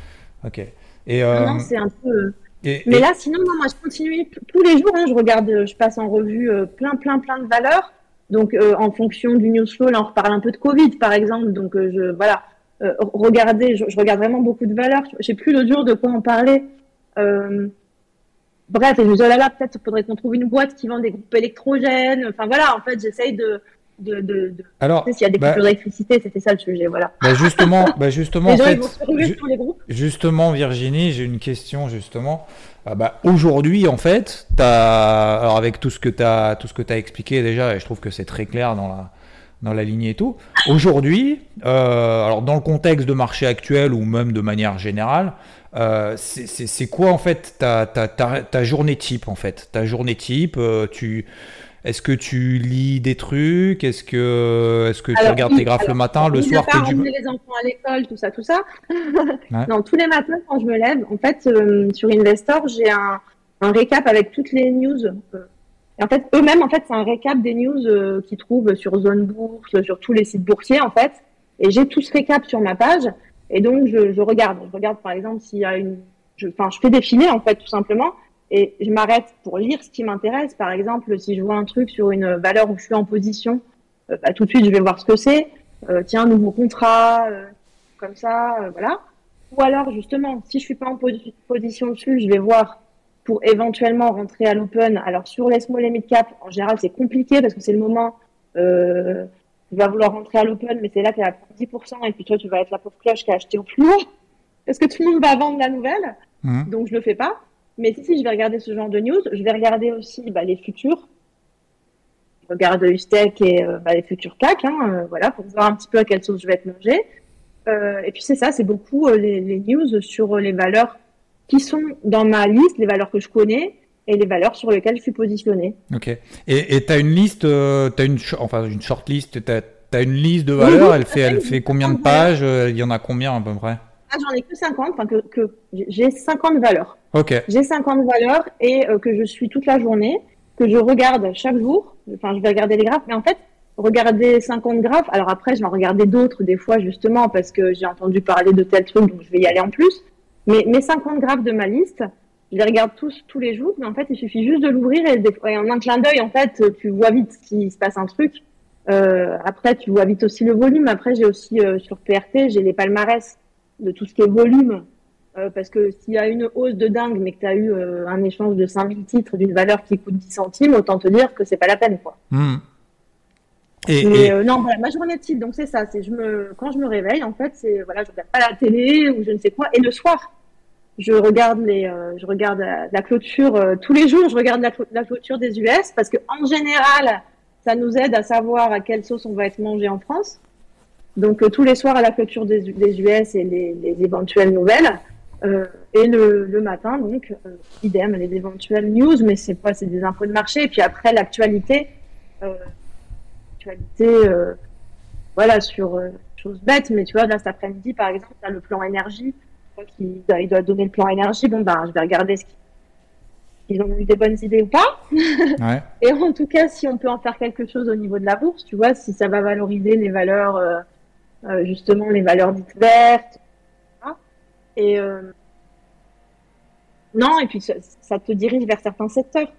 Ok. Et, Non, euh, non, c'est un peu. et, Mais et- là, sinon, non, moi, je continue t- tous les jours. Hein, je regarde, euh, je passe en revue euh, plein, plein, plein de valeurs. Donc, euh, en fonction du news flow, là, on reparle un peu de Covid, par exemple. Donc, euh, je, voilà, euh, regardez, je, je regarde vraiment beaucoup de valeurs. Je sais plus l'autre jour de quoi on parlait. Euh, bref, et je me dis, oh là là, peut-être faudrait qu'on trouve une boîte qui vend des groupes électrogènes. Enfin, voilà, en fait, j'essaye de, de, de, de... alors, Tu sais, s'il y a des bah, coupures d'électricité, c'était ça le sujet, voilà. bah justement, bah justement Les en gens, fait, ils vont se ruer ju- sur les groupes. justement Virginie, j'ai une question justement. Ah bah, aujourd'hui en fait, t'as, alors avec tout ce que t'as, tout ce que t'as expliqué déjà, et je trouve que c'est très clair dans la, dans la lignée et tout. Aujourd'hui, euh, alors dans le contexte de marché actuel ou même de manière générale, euh, c'est, c'est, c'est quoi en fait ta, ta, ta, ta journée type en fait, ta journée type, euh, tu, est-ce que tu lis des trucs, est-ce que, est-ce que tu Alors, regardes oui, tes graphes le alors, matin, le mis à soir t'es part du, emmener les enfants à l'école, tout ça, tout ça. Ouais. Non, tous les matins quand je me lève, en fait, euh, sur Investor, j'ai un, un récap avec toutes les news. euh, Et en fait, eux-mêmes, en fait, c'est un récap des news euh, qu'ils trouvent sur Zone Bourse, sur tous les sites boursiers, en fait. Et j'ai tout ce récap sur ma page. Et donc, je, je regarde. Je regarde, par exemple, s'il y a une... je- Enfin, je fais défiler, en fait, tout simplement. Et je m'arrête pour lire ce qui m'intéresse. Par exemple, si je vois un truc sur une valeur où je suis en position, euh, bah, tout de suite, je vais voir ce que c'est. Euh, tiens, nouveau contrat, euh, comme ça, euh, voilà. Ou alors, justement, si je suis pas en posi- position dessus, je vais voir pour éventuellement rentrer à l'open. Alors, sur les small et mid cap, en général, c'est compliqué parce que c'est le moment, euh, tu vas vouloir rentrer à l'open, mais c'est là que tu as dix pour cent et puis toi, tu vas être la pauvre cloche qui a acheté au plus haut parce que tout le monde va vendre la nouvelle. Mmh. Donc, je le fais pas. Mais si, si, je vais regarder ce genre de news. Je vais regarder aussi bah, les futurs. Je regarde U S T E C et euh, bah, les futurs C A C, hein, euh, voilà, pour voir un petit peu à quelle sauce je vais être mangée. Euh, et puis, c'est ça, c'est beaucoup euh, les, les news sur les valeurs qui sont dans ma liste, les valeurs que je connais et les valeurs sur lesquelles je suis positionnée. Ok. Et tu as une liste, euh, tu as une, enfin, une short list, tu as une liste de valeurs, Oui, oui, elle fait, elle fait combien de pages? Il y en a combien à peu près? Ah, j'en ai que cinquante, enfin que, que j'ai cinquante valeurs. Ok. J'ai cinquante valeurs et euh, que je suis toute la journée, que je regarde chaque jour. Enfin, je vais regarder les graphes, mais en fait, regarder cinquante graphes. Alors après, je vais en regarder d'autres des fois justement parce que j'ai entendu parler de tel truc, donc je vais y aller en plus. Mais mes cinquante graphes de ma liste, je les regarde tous tous les jours, mais en fait, il suffit juste de l'ouvrir et, et en un clin d'œil, en fait, tu vois vite s'il se passe un truc. Euh, après, tu vois vite aussi le volume. Après, j'ai aussi euh, sur P R T, j'ai les palmarès de tout ce qui est volume. Euh, parce que s'il y a une hausse de dingue, mais que tu as eu euh, un échange de cinq mille titres d'une valeur qui coûte dix centimes, autant te dire que c'est pas la peine, quoi. Mmh. Et, mais et... Euh, non, voilà, ma journée de titre, donc c'est ça. C'est je me, quand je me réveille, en fait, c'est voilà, je regarde pas la télé ou je ne sais quoi. Et le soir, je regarde les, euh, je regarde la, la clôture euh, tous les jours. Je regarde la, la clôture des U S parce que en général, ça nous aide à savoir à quelle sauce on va être mangé en France. Donc euh, tous les soirs à la clôture des, des U S et les, les éventuelles nouvelles. Euh, et le, le matin, donc, euh, idem, les éventuelles news, mais c'est pas, c'est des infos de marché. Et puis après, l'actualité, euh, l'actualité, euh, voilà, sur euh, choses bêtes. Mais tu vois, là, cet après-midi, par exemple, t'as le plan énergie, qui doit, il doit donner le plan énergie. Bon, ben, je vais regarder ce qu'ils ont eu des bonnes idées ou pas. Ouais. Et en tout cas, si on peut en faire quelque chose au niveau de la bourse, tu vois, si ça va valoriser les valeurs, euh, euh, justement, les valeurs dites vertes. Et euh... non, et puis ça, ça te dirige vers certains secteurs.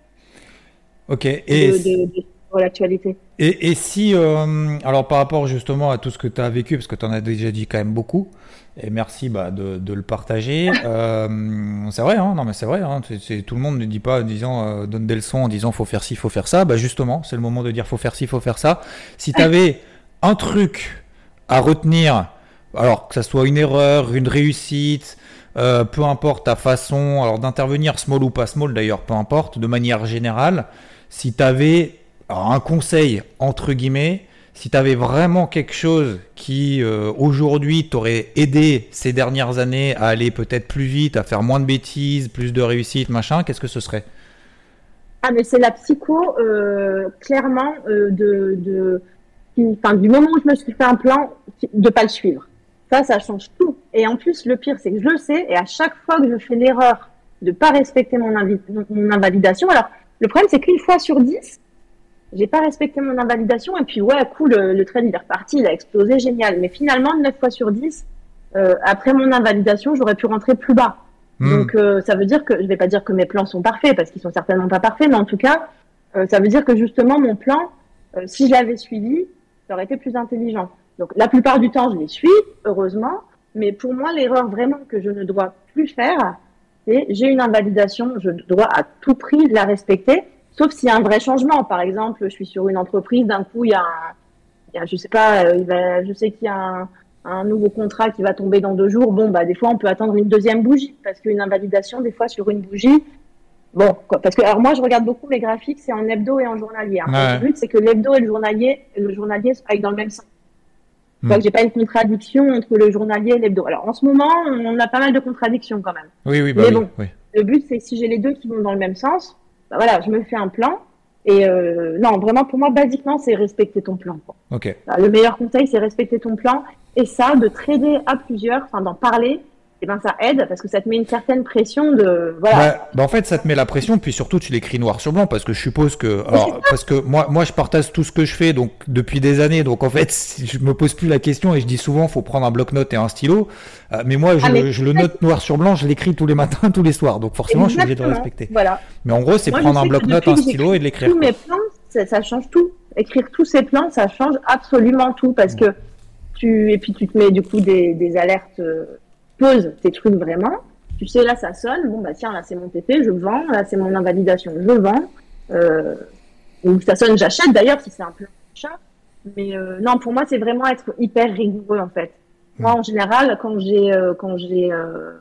Ok. Et de, de, de, de l'actualité. Et, et si, euh, alors par rapport justement à tout ce que tu as vécu, parce que tu en as déjà dit quand même beaucoup, et merci bah, de, de le partager. euh, c'est vrai, hein, non mais c'est vrai. Hein, c'est, c'est, tout le monde ne dit pas, en disant, euh, donne des leçons en disant faut faire ci, faut faire ça. Bah justement, c'est le moment de dire faut faire ci, faut faire ça. Si tu avais un truc à retenir. Alors que ça soit une erreur, une réussite, euh, peu importe ta façon alors d'intervenir, small ou pas small d'ailleurs, peu importe, de manière générale, si tu avais un conseil, entre guillemets, si tu avais vraiment quelque chose qui euh, aujourd'hui t'aurait aidé ces dernières années à aller peut-être plus vite, à faire moins de bêtises, plus de réussite, machin, qu'est-ce que ce serait ? Ah mais c'est la psycho, euh, clairement, euh, de, de, enfin, du moment où je me suis fait un plan, de pas le suivre. Ça, ça change tout. Et en plus, le pire, c'est que je le sais, et à chaque fois que je fais l'erreur de pas respecter mon, invi- mon invalidation, alors, le problème, c'est qu'une fois sur dix, j'ai pas respecté mon invalidation, et puis, ouais, cool, le, le trade, il est reparti, il a explosé, génial. Mais finalement, neuf fois sur dix, euh, après mon invalidation, j'aurais pu rentrer plus bas. Mmh. Donc, euh, ça veut dire que, je vais pas dire que mes plans sont parfaits, parce qu'ils sont certainement pas parfaits, mais en tout cas, euh, ça veut dire que justement, mon plan, euh, si je l'avais suivi, ça aurait été plus intelligent. Donc, la plupart du temps, je les suis, heureusement. Mais pour moi, l'erreur vraiment que je ne dois plus faire, c'est j'ai une invalidation, je dois à tout prix la respecter, sauf s'il y a un vrai changement. Par exemple, je suis sur une entreprise, d'un coup, il y a, un, il y a je sais pas, il va, je sais qu'il y a un, un nouveau contrat qui va tomber dans deux jours. Bon, bah, des fois, on peut attendre une deuxième bougie, parce qu'une invalidation, des fois, sur une bougie, bon, quoi, parce que, alors moi, je regarde beaucoup mes graphiques, c'est en hebdo et en journalier. Hein. Ouais. Le but, c'est que l'hebdo et le journalier, le journalier aillent dans le même sens. Je crois mmh. que j'ai pas une contradiction entre le journalier et l'hebdo. Alors en ce moment, on a pas mal de contradictions quand même. Oui, oui, bah mais oui, bon, oui. Le but c'est que si j'ai les deux qui vont dans le même sens, bah voilà, je me fais un plan. Et euh, non, vraiment pour moi, basiquement, c'est respecter ton plan. Quoi. Ok. Alors, le meilleur conseil, c'est respecter ton plan. Et ça, de trader à plusieurs, enfin d'en parler. Eh ben ça aide parce que ça te met une certaine pression de voilà. Bah, bah en fait ça te met la pression puis surtout tu l'écris noir sur blanc parce que je suppose que alors parce que moi moi je partage tout ce que je fais donc depuis des années donc en fait je me pose plus la question et je dis souvent faut prendre un bloc-notes et un stylo euh, mais moi je, ah, mais je le note noir sur blanc je l'écris tous les matins tous les soirs donc forcément Exactement. Je suis obligé de le respecter. Voilà. Mais en gros c'est moi, prendre un bloc-notes un stylo et de l'écrire. Tous mes plans ça, ça change tout. Écrire tous ces plans ça change absolument tout parce ouais. que tu et puis tu te mets du coup des des alertes. Euh, pose tes trucs vraiment, tu sais là ça sonne, bon bah tiens là c'est mon T P, je vends, là c'est mon invalidation, je vends, euh, ou ça sonne j'achète d'ailleurs si c'est un plan d'achat, mais euh, non pour moi c'est vraiment être hyper rigoureux en fait. Moi en général quand j'ai euh, quand j'ai euh,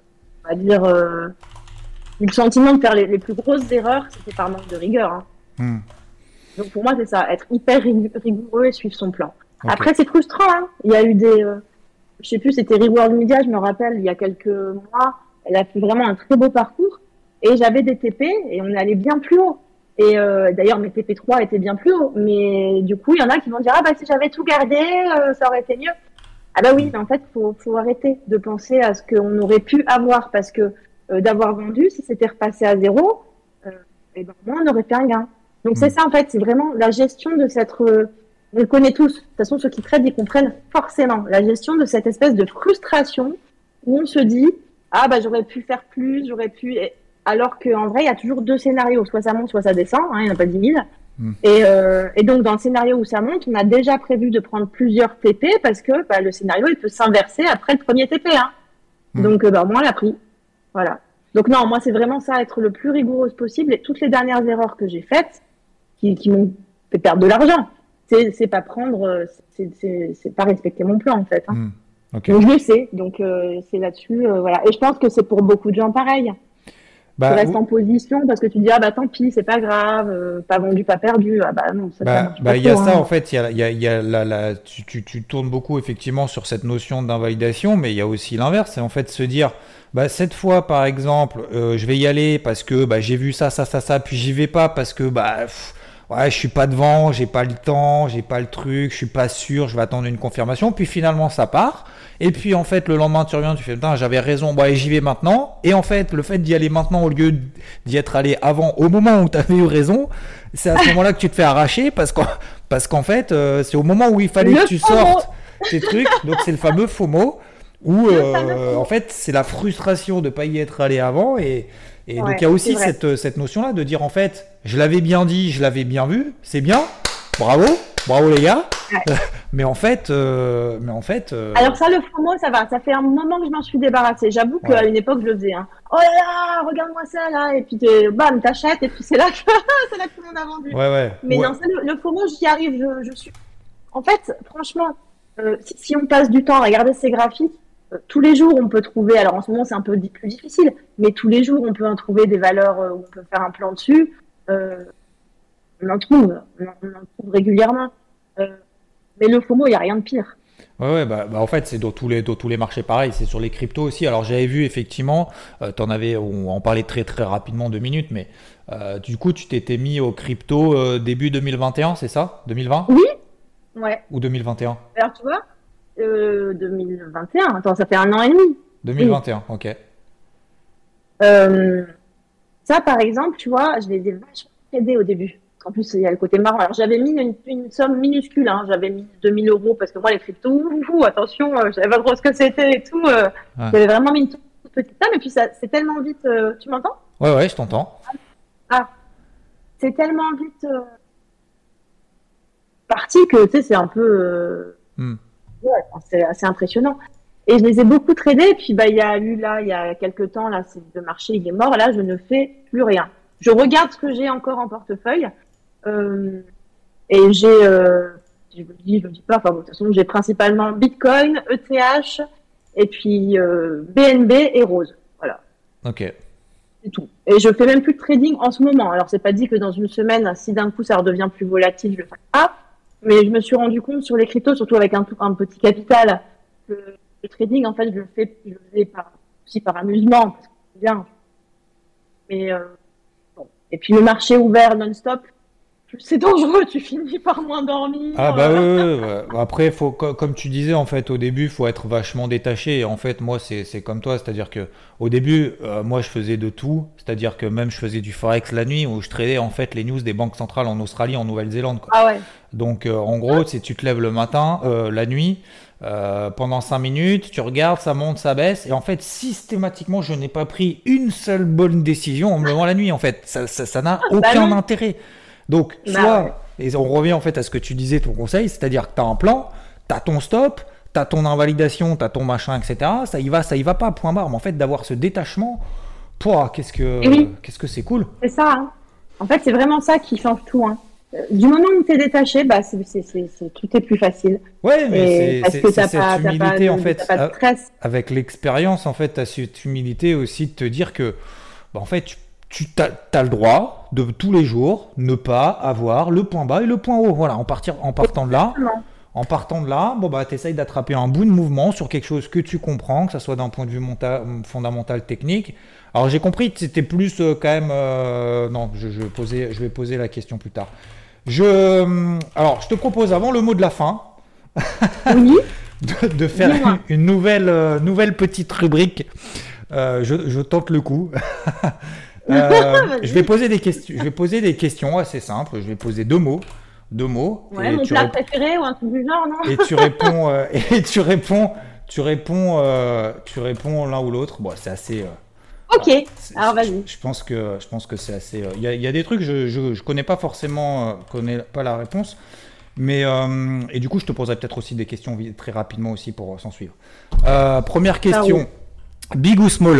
on va dire, euh, eu le sentiment de faire les, les plus grosses erreurs, c'était par manque de rigueur. Hein. Hmm. Donc pour moi, c'est ça, être hyper rigoureux et suivre son plan. Okay. Après, c'est frustrant. Hein. Il y a eu des, euh, je sais plus, c'était Reward Media, je me rappelle, il y a quelques mois, elle a fait vraiment un très beau parcours. Et j'avais des T P et on allait bien plus haut. Et euh, d'ailleurs, mes T P trois étaient bien plus hauts. Mais du coup, il y en a qui vont dire, ah bah si j'avais tout gardé, euh, ça aurait été mieux. Ah bah oui, mais en fait, faut, faut arrêter de penser à ce qu'on aurait pu avoir, parce que euh, d'avoir vendu, si c'était repassé à zéro, euh, et ben moi, on aurait fait un gain. Donc mmh. c'est ça en fait, c'est vraiment la gestion de cette, euh, on le connaît tous. De toute façon, ceux qui traitent, ils comprennent forcément la gestion de cette espèce de frustration où on se dit, ah bah j'aurais pu faire plus, j'aurais pu, et... alors qu'en vrai, il y a toujours deux scénarios, soit ça monte, soit ça descend, hein, il n'y en a pas dix mille. Mmh. Et, euh, et donc, dans le scénario où ça monte, on a déjà prévu de prendre plusieurs T P parce que bah, le scénario, il peut s'inverser après le premier T P. Hein. Mmh. Donc, euh, bah, moi, on l'a pris. Voilà. Donc, non, moi, c'est vraiment ça, être le plus rigoureuse possible. Et toutes les dernières erreurs que j'ai faites, qui, qui m'ont fait perdre de l'argent, c'est, c'est pas prendre, c'est, c'est, c'est pas respecter mon plan, en fait. Hein. Mmh. Okay. Donc, je le sais. Donc, euh, c'est là-dessus, euh, voilà. Et je pense que c'est pour beaucoup de gens pareil. Bah, tu restes ou... en position parce que tu te dis ah bah tant pis, c'est pas grave, euh, pas vendu, pas perdu. Ah bah non, ça bah, bah il y a hein. ça en fait, il y a, y a, y a la, la, tu, tu, tu tournes beaucoup effectivement sur cette notion d'invalidation, mais il y a aussi l'inverse, c'est en fait se dire bah cette fois par exemple, euh, je vais y aller parce que bah j'ai vu ça, ça, ça, ça, puis j'y vais pas parce que bah pff, ouais, je suis pas devant, j'ai pas le temps, j'ai pas le truc, je suis pas sûr, je vais attendre une confirmation, puis finalement ça part. Et puis en fait le lendemain tu reviens, tu fais putain j'avais raison, bah j'y vais maintenant. Et en fait le fait d'y aller maintenant au lieu d'y être allé avant, au moment où tu avais eu raison, c'est à ce moment-là que tu te fais arracher parce qu'en, parce qu'en fait euh, c'est au moment où il fallait le que tu FOMO. sortes tes trucs, donc c'est le fameux FOMO où euh, en fait c'est la frustration de pas y être allé avant et Et ouais, donc il y a aussi cette, cette notion-là de dire en fait, je l'avais bien dit, je l'avais bien vu, c'est bien, bravo, bravo les gars. Ouais. mais en fait, euh, mais en fait. Euh... Alors ça, le FOMO, ça va, ça fait un moment que je m'en suis débarrassée. J'avoue qu'à ouais. une époque, je le faisais. Hein. Oh là là, regarde-moi ça là, et puis bam, t'achètes, et puis c'est là que c'est là que tout le monde a vendu. Ouais, ouais. Mais ouais. non, ça, le, le FOMO, j'y arrive, je, je suis. En fait, franchement, euh, si, si on passe du temps à regarder ces graphiques. Tous les jours, on peut trouver, alors en ce moment c'est un peu plus difficile, mais tous les jours, on peut en trouver des valeurs où on peut faire un plan dessus. Euh, on en trouve, on en, on en trouve régulièrement. Euh, mais le FOMO, il n'y a rien de pire. Ouais, ouais bah, bah en fait, c'est dans tous les, dans tous les marchés pareil, c'est sur les cryptos aussi. Alors j'avais vu effectivement, euh, t'en avais, on en parlait très très rapidement, deux minutes, mais euh, du coup, tu t'étais mis au crypto euh, début deux mille vingt et un, c'est ça deux mille vingt Oui, ouais. Ou deux mille vingt et un Alors tu vois Euh, deux mille vingt et un, attends, ça fait un an et demi. deux mille vingt et un, oui. Ok. Euh, ça, par exemple, tu vois, je les ai vachement aidés au début. En plus, il y a le côté marrant. Alors, j'avais mis une, une somme minuscule, hein. J'avais mis deux mille euros parce que moi, les cryptos, ouh, ouh, attention, euh, je savais pas trop ce que c'était et tout. Euh, ouais. J'avais vraiment mis une toute petite somme et puis ça, c'est tellement vite. Euh, tu m'entends ? Ouais, ouais, je t'entends. Ah, c'est tellement vite euh, parti que tu sais, c'est un peu. Euh, hmm. Ouais, c'est assez impressionnant. Et je les ai beaucoup tradés. Et puis, bah, il y a eu là, il y a quelques temps, là, c'est, le marché, il est mort. Là, je ne fais plus rien. Je regarde ce que j'ai encore en portefeuille. Euh, et j'ai, euh, je vous le dis, je ne le dis pas, enfin, bon, de toute façon, j'ai principalement Bitcoin, E T H, et puis euh, B N B et Rose. Voilà. Ok. C'est tout. Et je fais même plus de trading en ce moment. Alors, c'est pas dit que dans une semaine, si d'un coup, ça redevient plus volatile, je le ferai pas. Mais je me suis rendu compte sur les cryptos, surtout avec un, un petit capital, que le trading, en fait, je le fais, je le fais par, aussi par amusement, parce que c'est bien. Mais, euh, bon. Et puis le marché ouvert non-stop, c'est dangereux, tu finis par moins dormir. Ah bah oui, ouais, ouais. Après, faut, comme tu disais, en fait, au début, il faut être vachement détaché. Et en fait, moi, c'est, c'est comme toi, c'est-à-dire que au début, euh, moi, je faisais de tout. C'est-à-dire que même je faisais du forex la nuit, où je tradais en fait les news des banques centrales en Australie, en Nouvelle-Zélande, quoi. Ah ouais. Donc, euh, en gros, c'est tu te lèves le matin, euh, la nuit, euh, pendant cinq minutes, tu regardes, ça monte, ça baisse. Et en fait, systématiquement, je n'ai pas pris une seule bonne décision en me levant la nuit. En fait, ça, ça, ça n'a aucun bah intérêt. Donc, soit, bah ouais. Et on revient en fait à ce que tu disais, ton conseil, c'est-à-dire que tu as un plan, tu as ton stop, tu as ton invalidation, tu as ton machin, et cetera. Ça y va, ça y va pas, point barre. Mais en fait, d'avoir ce détachement, pouah, qu'est-ce que, oui. qu'est-ce que c'est cool. C'est ça. Hein. En fait, c'est vraiment ça qui change tout. Hein. Euh, du moment où tu es détaché, bah, c'est, c'est, c'est, c'est, tout est plus facile. Ouais, mais Et c'est, parce c'est, que c'est t'as cette pas, t'as pas humilité, en de, t'as fait. pas de a- stress. Avec l'expérience, en fait, tu as cette humilité aussi de te dire que, bah, en fait, tu, tu as le droit de tous les jours ne pas avoir le point bas et le point haut. Voilà, en, partir, en partant de là, Exactement. en partant de là, bon, bah, tu essayes d'attraper un bout de mouvement sur quelque chose que tu comprends, que ce soit d'un point de vue monta- fondamental, technique. Alors, j'ai compris que c'était plus euh, quand même. euh, non, je, je, posais, je vais poser la question plus tard. Je, euh, alors, je te propose avant le mot de la fin Oui, de, de faire dis-moi. une, une nouvelle, euh, nouvelle petite rubrique. Euh, je, je tente le coup. Euh, je vais Vas-y. poser des questions. Je vais poser des questions assez simples. Je vais poser deux mots, deux mots, Ouais, et mon tu, plat rép- préféré ou un truc du genre, non? et tu réponds, euh, et tu réponds, tu réponds, euh, tu réponds l'un ou l'autre. Bon, c'est assez. euh, Ok, c'est- alors je, vas-y. je pense que, je pense que c'est assez. euh, Il y, a, il y a des trucs, je, je, je connais pas forcément, euh, connais pas la réponse. Mais euh, et du coup, je te poserai peut-être aussi des questions vi- très rapidement aussi pour euh, s'en suivre. Euh, première question, big ou small?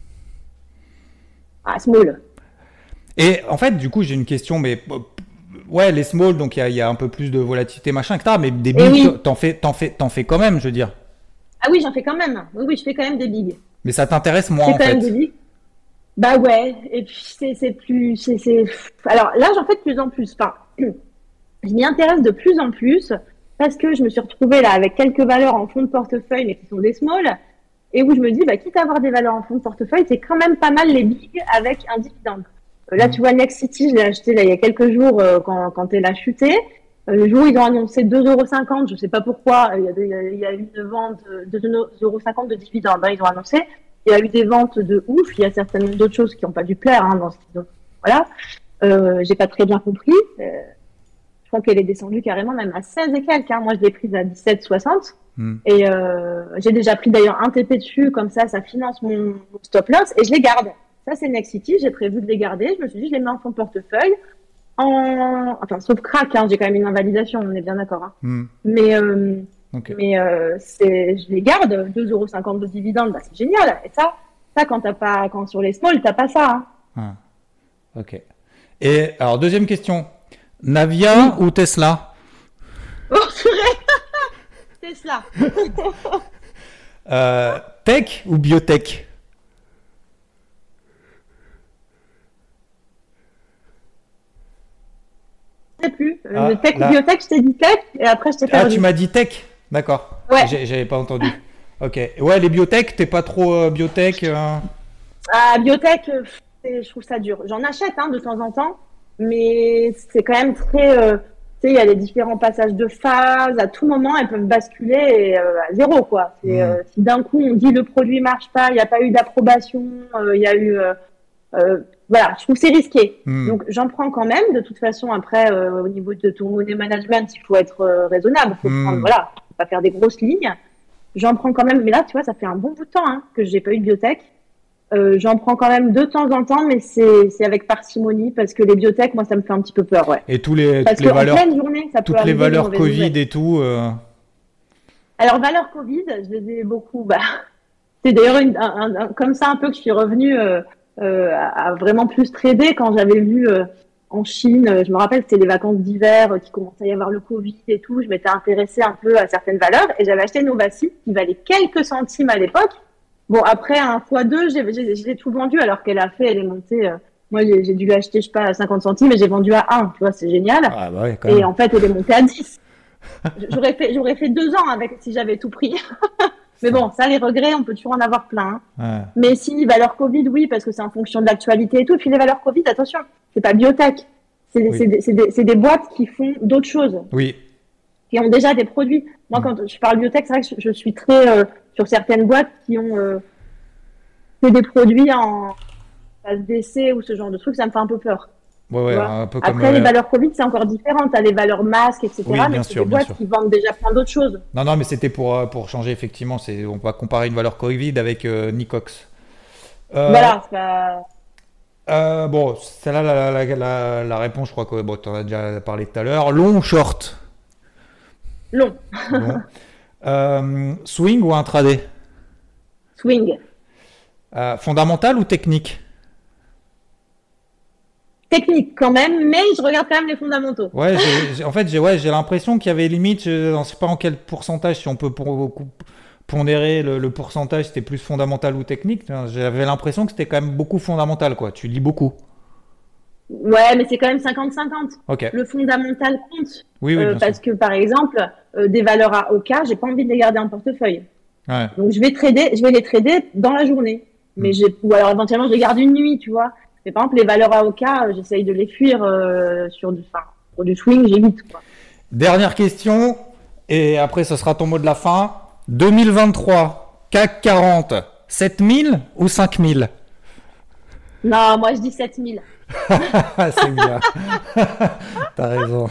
Ah, small. Et en fait, du coup, j'ai une question, mais euh, ouais, les small, donc il y a, il y a un peu plus de volatilité, machin, et cetera. Mais des Eh big, oui. t'en fais, t'en fais, t'en fais quand même, je veux dire. Ah oui, j'en fais quand même. Oui, oui, je fais quand même des bigs. Mais ça t'intéresse Je moins fais en quand même des fait. bigs. Bah ouais, et puis c'est c'est plus... c'est c'est- Alors là, j'en fais de plus en plus. Enfin, je m'y intéresse de plus en plus parce que je me suis retrouvée là avec quelques valeurs en fond de portefeuille, mais qui sont des small, et où je me dis, bah, quitte à avoir des valeurs en fond de portefeuille, c'est quand même pas mal les bigs avec un dividende. Euh, Là, Mm. tu vois, Next City, je l'ai acheté là, il y a quelques jours euh, quand, quand elle a chuté. Euh, le jour où ils ont annoncé deux euros cinquante, je sais pas pourquoi, euh, il y a, des- il y a il y a eu une vente de deux euros cinquante de dividendes, hein, ils ont annoncé. Il y a eu des ventes de ouf, il y a certainement d'autres choses qui n'ont pas dû plaire hein, dans ce qu'ils ont. Voilà. Euh, j'ai pas très bien compris. Euh, je crois qu'elle est descendue carrément même à seize et quelques. Hein. Moi, je l'ai prise à dix-sept soixante. Mm. Et euh, j'ai déjà pris d'ailleurs un T P dessus, comme ça, ça finance mon, mon stop loss et je les garde. Ça, c'est Next City, j'ai prévu de les garder. Je me suis dit, je les mets en fond de portefeuille. En... Enfin, sauf crack, hein, j'ai quand même une invalidation, on est bien d'accord. Hein. Mm. Mais, euh, Ok. mais euh, c'est, je les garde, deux euros cinquante de dividendes, bah, c'est génial. Et ça, ça quand t'as pas, quand sur les small, t'as pas ça. Hein. Ah, ok. Et alors deuxième question, Navia ou Tesla? Oh, purée. Tesla. Euh, tech ou biotech? Je sais plus. Ah, Euh, tech là. ou biotech, je t'ai dit tech et après je t'ai Ah, perdu. tu m'as dit tech? D'accord. Ouais. J'ai- J'avais pas entendu. Ok. Ouais, les biotech, t'es pas trop euh, biotech euh Ah, biotech, euh, c'est- je trouve ça dur. J'en achète hein, de temps en temps, mais c'est quand même très. euh, tu sais, il y a les différents passages de phase. À tout moment, elles peuvent basculer euh, à zéro, quoi. C'est, Mm. euh, si d'un coup on dit le produit marche pas, il n'y a pas eu d'approbation, euh, il y a eu. euh, euh, voilà, je trouve que c'est risqué. Mm. Donc j'en prends quand même. De toute façon, après, euh, au niveau de ton money management, il faut être euh, raisonnable. Il faut Mm. prendre, voilà, faut pas faire des grosses lignes. J'en prends quand même. Mais là, tu vois, ça fait un bon bout de temps hein, que j'ai pas eu de biotech. Euh, j'en prends quand même de temps en temps, mais c'est c'est avec parcimonie parce que les biotech, moi, ça me fait un petit peu peur, ouais. Et tous les, Parce toutes les qu'en valeurs, pleine journée, ça peut toutes les arriver des valeurs mauvaises Covid nouvelles. et tout. euh, Alors, valeur Covid, je les ai beaucoup. Bah, c'est d'ailleurs une- un, un- un- comme ça un peu que je suis revenue euh, euh, à, à vraiment plus trader quand j'avais vu euh, en Chine. euh, Je me rappelle, c'était les vacances d'hiver, euh, qui commençait à y avoir le Covid et tout. Je m'étais intéressée un peu à certaines valeurs et j'avais acheté Novacy qui valait quelques centimes à l'époque. Bon, après un fois deux, j'ai j'ai- j'ai tout vendu alors qu'elle a fait, elle est montée. euh, moi, j'ai j'ai dû l'acheter, je sais pas, à cinquante centimes et j'ai vendu à un. Tu vois, c'est génial. Ah bah ouais, quand Et même. en fait, elle est montée à dix. J'aurais fait, j'aurais fait deux ans avec si j'avais tout pris. Mais bon, ça, les regrets, on peut toujours en avoir plein. Hein. Ouais. Mais si, valeurs Covid, oui, parce que c'est en fonction de l'actualité et tout. Puis les valeurs Covid, attention, c'est pas biotech. C'est Oui. c'est des, c'est des, c'est des boîtes qui font d'autres choses, Oui. qui ont déjà des produits. Moi, Mm. quand je parle biotech, c'est vrai que je, je suis très euh, sur certaines boîtes qui ont euh, fait des produits en phase d'essai ou ce genre de trucs, ça me fait un peu peur. Ouais, ouais, Tu vois. un peu comme. Après, les euh, valeurs Covid, c'est encore différent. T'as les valeurs masques, et cetera. Oui, bien mais c'est sûr, des bien boîtes sûr. qui vendent déjà plein d'autres choses. Non, non, mais c'était pour, euh, pour changer, effectivement. C'est, on va comparer une valeur Covid avec euh, Nicox. Euh, Voilà, c'est pas... euh, bon, celle-là, la, la, la, la réponse, je crois que bon, tu en as déjà parlé tout à l'heure. Long ou short? long. Long. Euh, swing ou intraday? Swing. Euh, fondamental ou technique? technique quand même, mais je regarde quand même les fondamentaux. Ouais, j'ai, j'ai, en fait, j'ai, ouais, j'ai l'impression qu'il y avait limite, je ne sais pas en quel pourcentage, si on peut pour, pondérer le, le pourcentage, c'était plus fondamental ou technique. J'avais l'impression que c'était quand même beaucoup fondamental, quoi. Tu lis beaucoup. Ouais, mais c'est quand même cinquante cinquante. Okay. Le fondamental compte. Oui, oui, euh, parce sûr. que, par exemple, euh, des valeurs à O K, j'ai pas envie de les garder en portefeuille. Ouais. Donc, je vais trader, je vais les trader dans la journée. Mais mmh. j'ai, ou alors, éventuellement, je les garde une nuit, tu vois. Mais par exemple, les valeurs à O K, euh, j'essaye de les fuir euh, sur du, enfin, pour du swing, j'évite, quoi. Dernière question, et après, ce sera ton mot de la fin. deux mille vingt-trois, C A C quarante, sept mille ou cinq mille? Non, moi, je dis sept mille. C'est bien. T'as raison.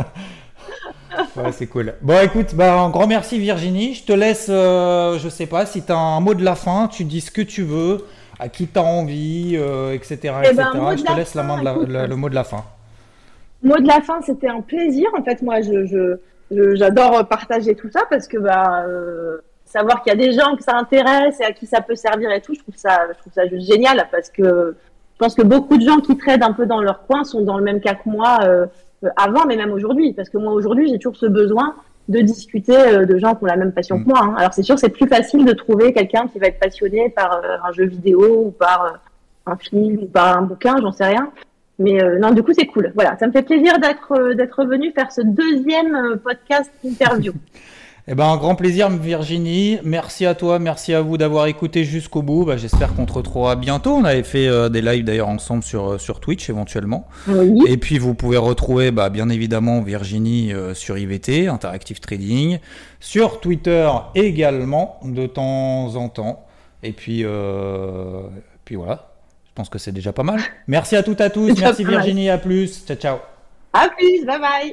Ouais, c'est cool. Bon, écoute, bah, un grand merci Virginie. Je te laisse, euh, je sais pas, si tu as un mot de la fin, tu dis ce que tu veux, à qui tu as envie, euh, et cetera. Eh et cetera. ben, je te laisse fin, la main de la, écoute, le, le mot de la fin. Mot de la fin, c'était un plaisir. En fait, moi, je, je, je j'adore partager tout ça parce que bah, euh, savoir qu'il y a des gens que ça intéresse et à qui ça peut servir et tout, je trouve ça, je trouve ça juste génial parce que je pense que beaucoup de gens qui tradent un peu dans leur coin sont dans le même cas que moi euh, avant, mais même aujourd'hui. Parce que moi, aujourd'hui, j'ai toujours ce besoin de discuter euh, de gens qui ont la même passion mmh. que moi. Hein. Alors, c'est sûr, c'est plus facile de trouver quelqu'un qui va être passionné par euh, un jeu vidéo ou par euh, un film ou par un bouquin, j'en sais rien. Mais euh, non, du coup, c'est cool. Voilà, ça me fait plaisir d'être, euh, d'être venu faire ce deuxième euh, podcast interview. Eh ben, un grand plaisir Virginie, merci à toi, merci à vous d'avoir écouté jusqu'au bout. Bah, j'espère qu'on te retrouvera bientôt. On avait fait euh, des lives d'ailleurs ensemble sur, euh, sur Twitch éventuellement. Oui. Et puis vous pouvez retrouver bah, bien évidemment Virginie euh, sur I V T, Interactive Trading, sur Twitter également de temps en temps. Et puis, euh, puis voilà, je pense que c'est déjà pas mal. Merci à toutes et à tous, merci Virginie, mal. À plus, ciao ciao. À plus, bye bye.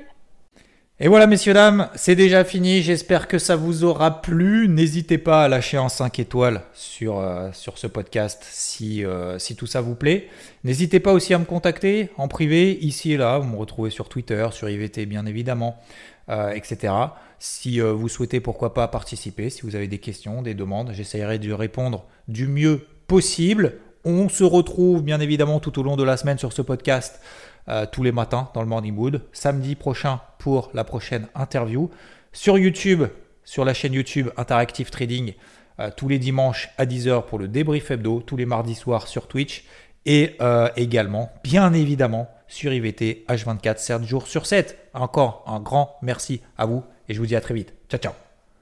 Et voilà messieurs, dames, c'est déjà fini, j'espère que ça vous aura plu. N'hésitez pas à lâcher un cinq étoiles sur, euh, sur ce podcast si, euh, si tout ça vous plaît. N'hésitez pas aussi à me contacter en privé, ici et là, vous me retrouvez sur Twitter, sur I V T bien évidemment, euh, et cetera. Si euh, vous souhaitez pourquoi pas participer, si vous avez des questions, des demandes, j'essaierai de répondre du mieux possible. On se retrouve bien évidemment tout au long de la semaine sur ce podcast. Euh, tous les matins dans le Morning Mood, samedi prochain pour la prochaine interview, sur YouTube, sur la chaîne YouTube Interactive Trading, euh, tous les dimanches à dix heures pour le débrief hebdo, tous les mardis soirs sur Twitch et euh, également, bien évidemment, sur I V T H vingt-quatre, sept jours sur sept. Encore un grand merci à vous et je vous dis à très vite. Ciao, ciao.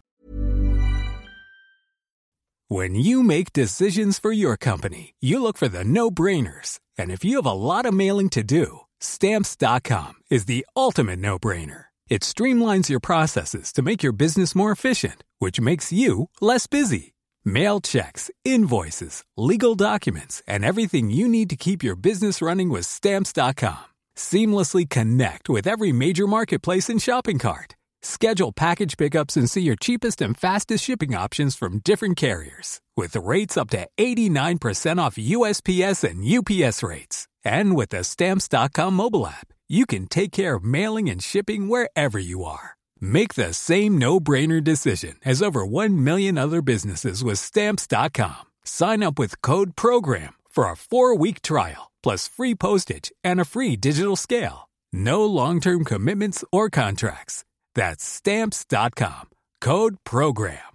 When you make decisions for your company, you look for the no-brainers. And if you have a lot of mailing to do, Stamps dot com is the ultimate no-brainer. It streamlines your processes to make your business more efficient, which makes you less busy. Mail checks, invoices, legal documents, and everything you need to keep your business running with Stamps dot com. Seamlessly connect with every major marketplace and shopping cart. Schedule package pickups and see your cheapest and fastest shipping options from different carriers. With rates up to eighty-nine percent off U S P S and U P S rates. And with the Stamps dot com mobile app, you can take care of mailing and shipping wherever you are. Make the same no-brainer decision as over one million other businesses with Stamps dot com. Sign up with code PROGRAM for a four-week trial, plus free postage and a free digital scale. No long-term commitments or contracts. That's Stamps dot com. Code PROGRAM.